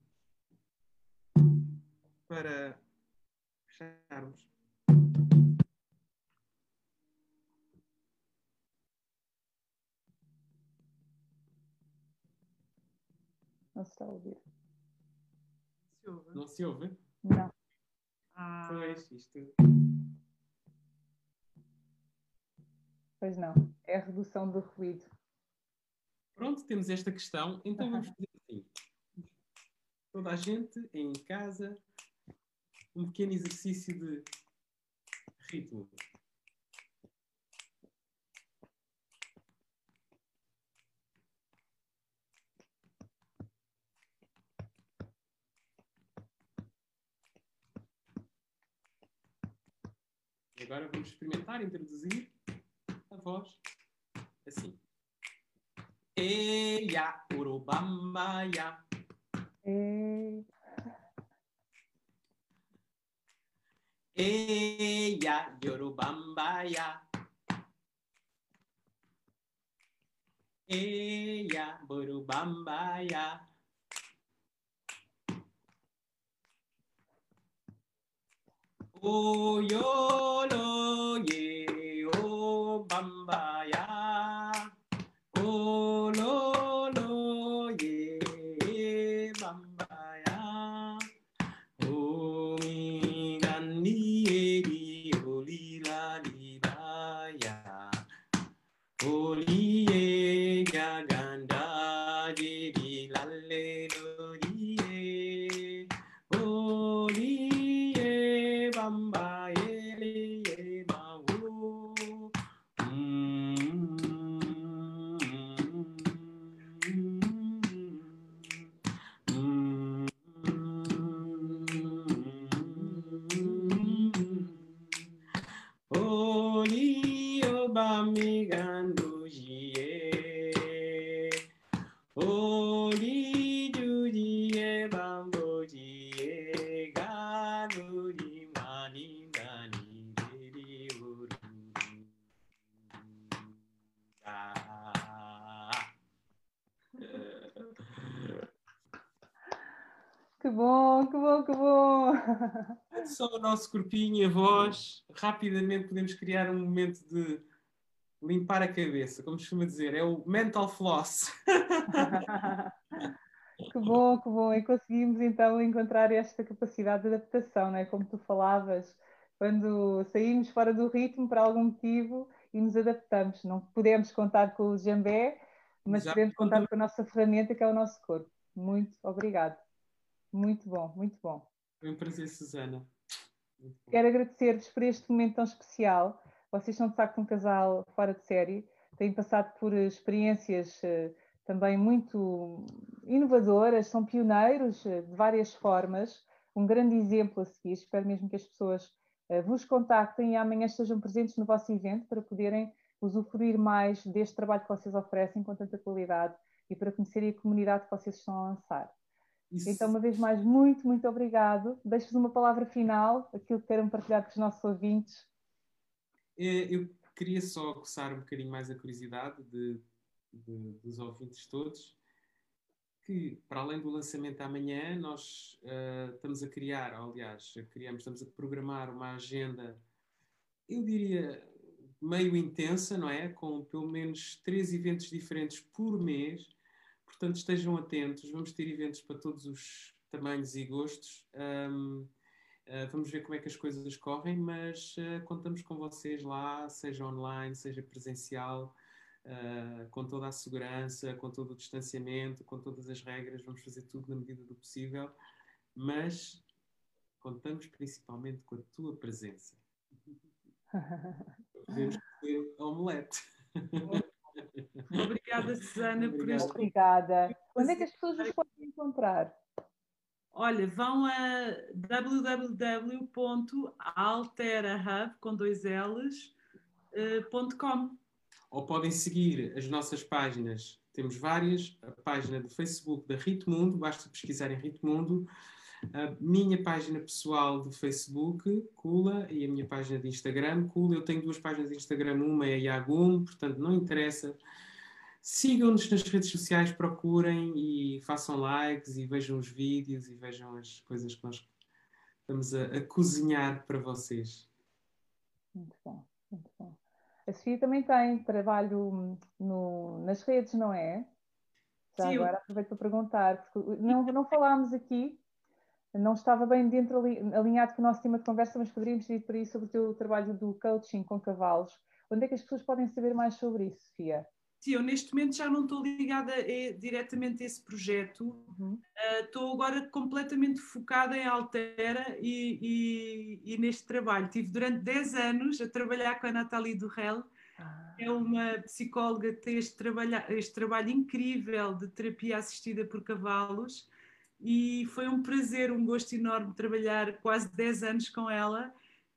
Para fecharmos. Não se está a ouvir. Se ouve? Não se ouve? Não. Ah. Pois, isto... Pois não. É a redução do ruído. Pronto, temos esta questão. Então vamos fazer assim. Toda a gente em casa, um pequeno exercício de ritmo. E agora vamos experimentar introduzir a voz assim. Eia, urubambaia. E... Eia, yorubambaia. Eia, burubambaia. O yolo ye o bambaya. O lo lo ye bambaya. O mi gani ye o li la li la ya. O li ye gaganda ye li la le lo li ye. O li ye bamba ye li Que bom, que bom, que bom! Só o nosso corpinho e a voz, rapidamente podemos criar um momento de limpar a cabeça, como costuma dizer, é o mental floss. Que bom, que bom! E conseguimos então encontrar esta capacidade de adaptação, não é? Como tu falavas, quando saímos fora do ritmo por algum motivo e nos adaptamos. Não podemos contar com o djembe, mas Já podemos contar contamos. com a nossa ferramenta, que é o nosso corpo. Muito obrigado. Muito bom, muito bom. Foi um prazer, Susana. Quero agradecer-vos por este momento tão especial. Vocês são de facto um casal fora de série, têm passado por experiências uh, também muito inovadoras, são pioneiros uh, de várias formas, um grande exemplo a seguir. Espero mesmo que as pessoas uh, vos contactem e amanhã estejam presentes no vosso evento para poderem usufruir mais deste trabalho que vocês oferecem com tanta qualidade e para conhecerem a comunidade que vocês estão a lançar. Isso. Então, uma vez mais, muito, muito obrigado. Deixo-vos uma palavra final, aquilo que queiram partilhar com os nossos ouvintes. Eu queria só aguçar um bocadinho mais a curiosidade de, de, dos ouvintes todos, que para além do lançamento amanhã, nós uh, estamos a criar, aliás, criamos, estamos a programar uma agenda, eu diria, meio intensa, não é? Com pelo menos três eventos diferentes por mês. Portanto, estejam atentos. Vamos ter eventos para todos os tamanhos e gostos. Um, uh, vamos ver como é que as coisas correm, mas uh, contamos com vocês lá, seja online, seja presencial, uh, com toda a segurança, com todo o distanciamento, com todas as regras. Vamos fazer tudo na medida do possível, mas contamos principalmente com a tua presença. Podemos fazer omelete. Obrigada, Susana, por este Obrigada. Onde é que as pessoas nos podem encontrar? Olha, vão a w w w ponto alterahub com dois L's ponto com. Ou podem seguir as nossas páginas. Temos várias. A página do Facebook da Ritmundo, basta pesquisarem Ritmundo. A minha página pessoal do Facebook, Kula, e a minha página de Instagram, Kula. Eu tenho duas páginas de Instagram, uma é Yagum, portanto não interessa. Sigam-nos nas redes sociais, procurem e façam likes e vejam os vídeos e vejam as coisas que nós estamos a, a cozinhar para vocês. Muito bom, muito bom. A Sofia também tem trabalho no, nas redes, não é? Já Sim, agora aproveito para perguntar, porque não, não falámos aqui, não estava bem dentro alinhado com o nosso tema de conversa, mas poderíamos ir para isso sobre o teu trabalho do coaching com cavalos. Onde é que as pessoas podem saber mais sobre isso, Sofia? Sim, eu neste momento já não estou ligada a, diretamente a esse projeto. Uhum. Uh, estou agora completamente focada em Altera e, e, e neste trabalho. Tive durante dez anos a trabalhar com a Nathalie Durrell, ah. que é uma psicóloga que tem este trabalho, este trabalho incrível de terapia assistida por cavalos, e foi um prazer, um gosto enorme trabalhar quase dez anos com ela,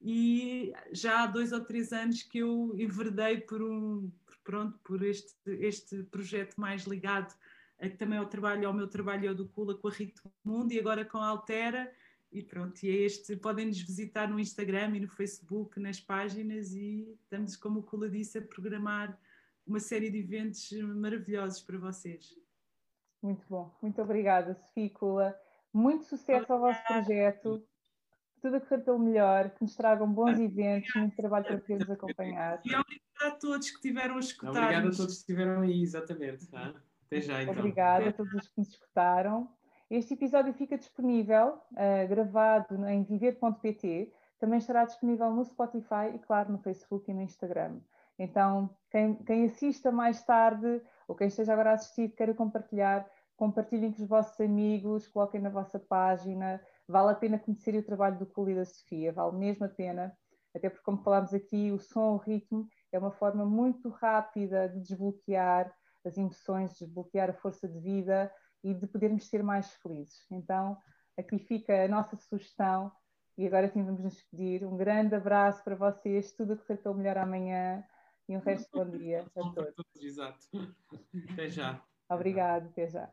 e já há dois ou três anos que eu enverdei por um pronto, por este, este projeto mais ligado a, também ao trabalho, ao meu trabalho ao do Kula com a Ritmundo e agora com a Altera, e pronto, e é este, podem nos visitar no Instagram e no Facebook, nas páginas, e estamos, como o Kula disse, a programar uma série de eventos maravilhosos para vocês. Muito bom, muito obrigada, Sofia e Kula. Muito sucesso ao vosso projeto, tudo a correr pelo melhor, que nos tragam bons eventos, muito trabalho para podermos acompanhar. E obrigada a todos que tiveram a escutar. Obrigado a todos que estiveram aí, exatamente. Ah, até já, então. Obrigada a todos os que nos escutaram. Este episódio fica disponível, uh, gravado em viver ponto pt. Também estará disponível no Spotify e, claro, no Facebook e no Instagram. Então, quem, quem assista mais tarde ou quem esteja agora a assistir, queira compartilhar, compartilhem com os vossos amigos, coloquem na vossa página. Vale a pena conhecer o trabalho do Kula e da Sofia, vale mesmo a pena. Até porque, como falámos aqui, o som, o ritmo, é uma forma muito rápida de desbloquear as emoções, de desbloquear a força de vida e de podermos ser mais felizes. Então, aqui fica a nossa sugestão e agora sim vamos nos despedir. Um grande abraço para vocês, tudo a correr pelo melhor amanhã e um resto de bom dia a todos. Exato. Até já. Obrigada, até já.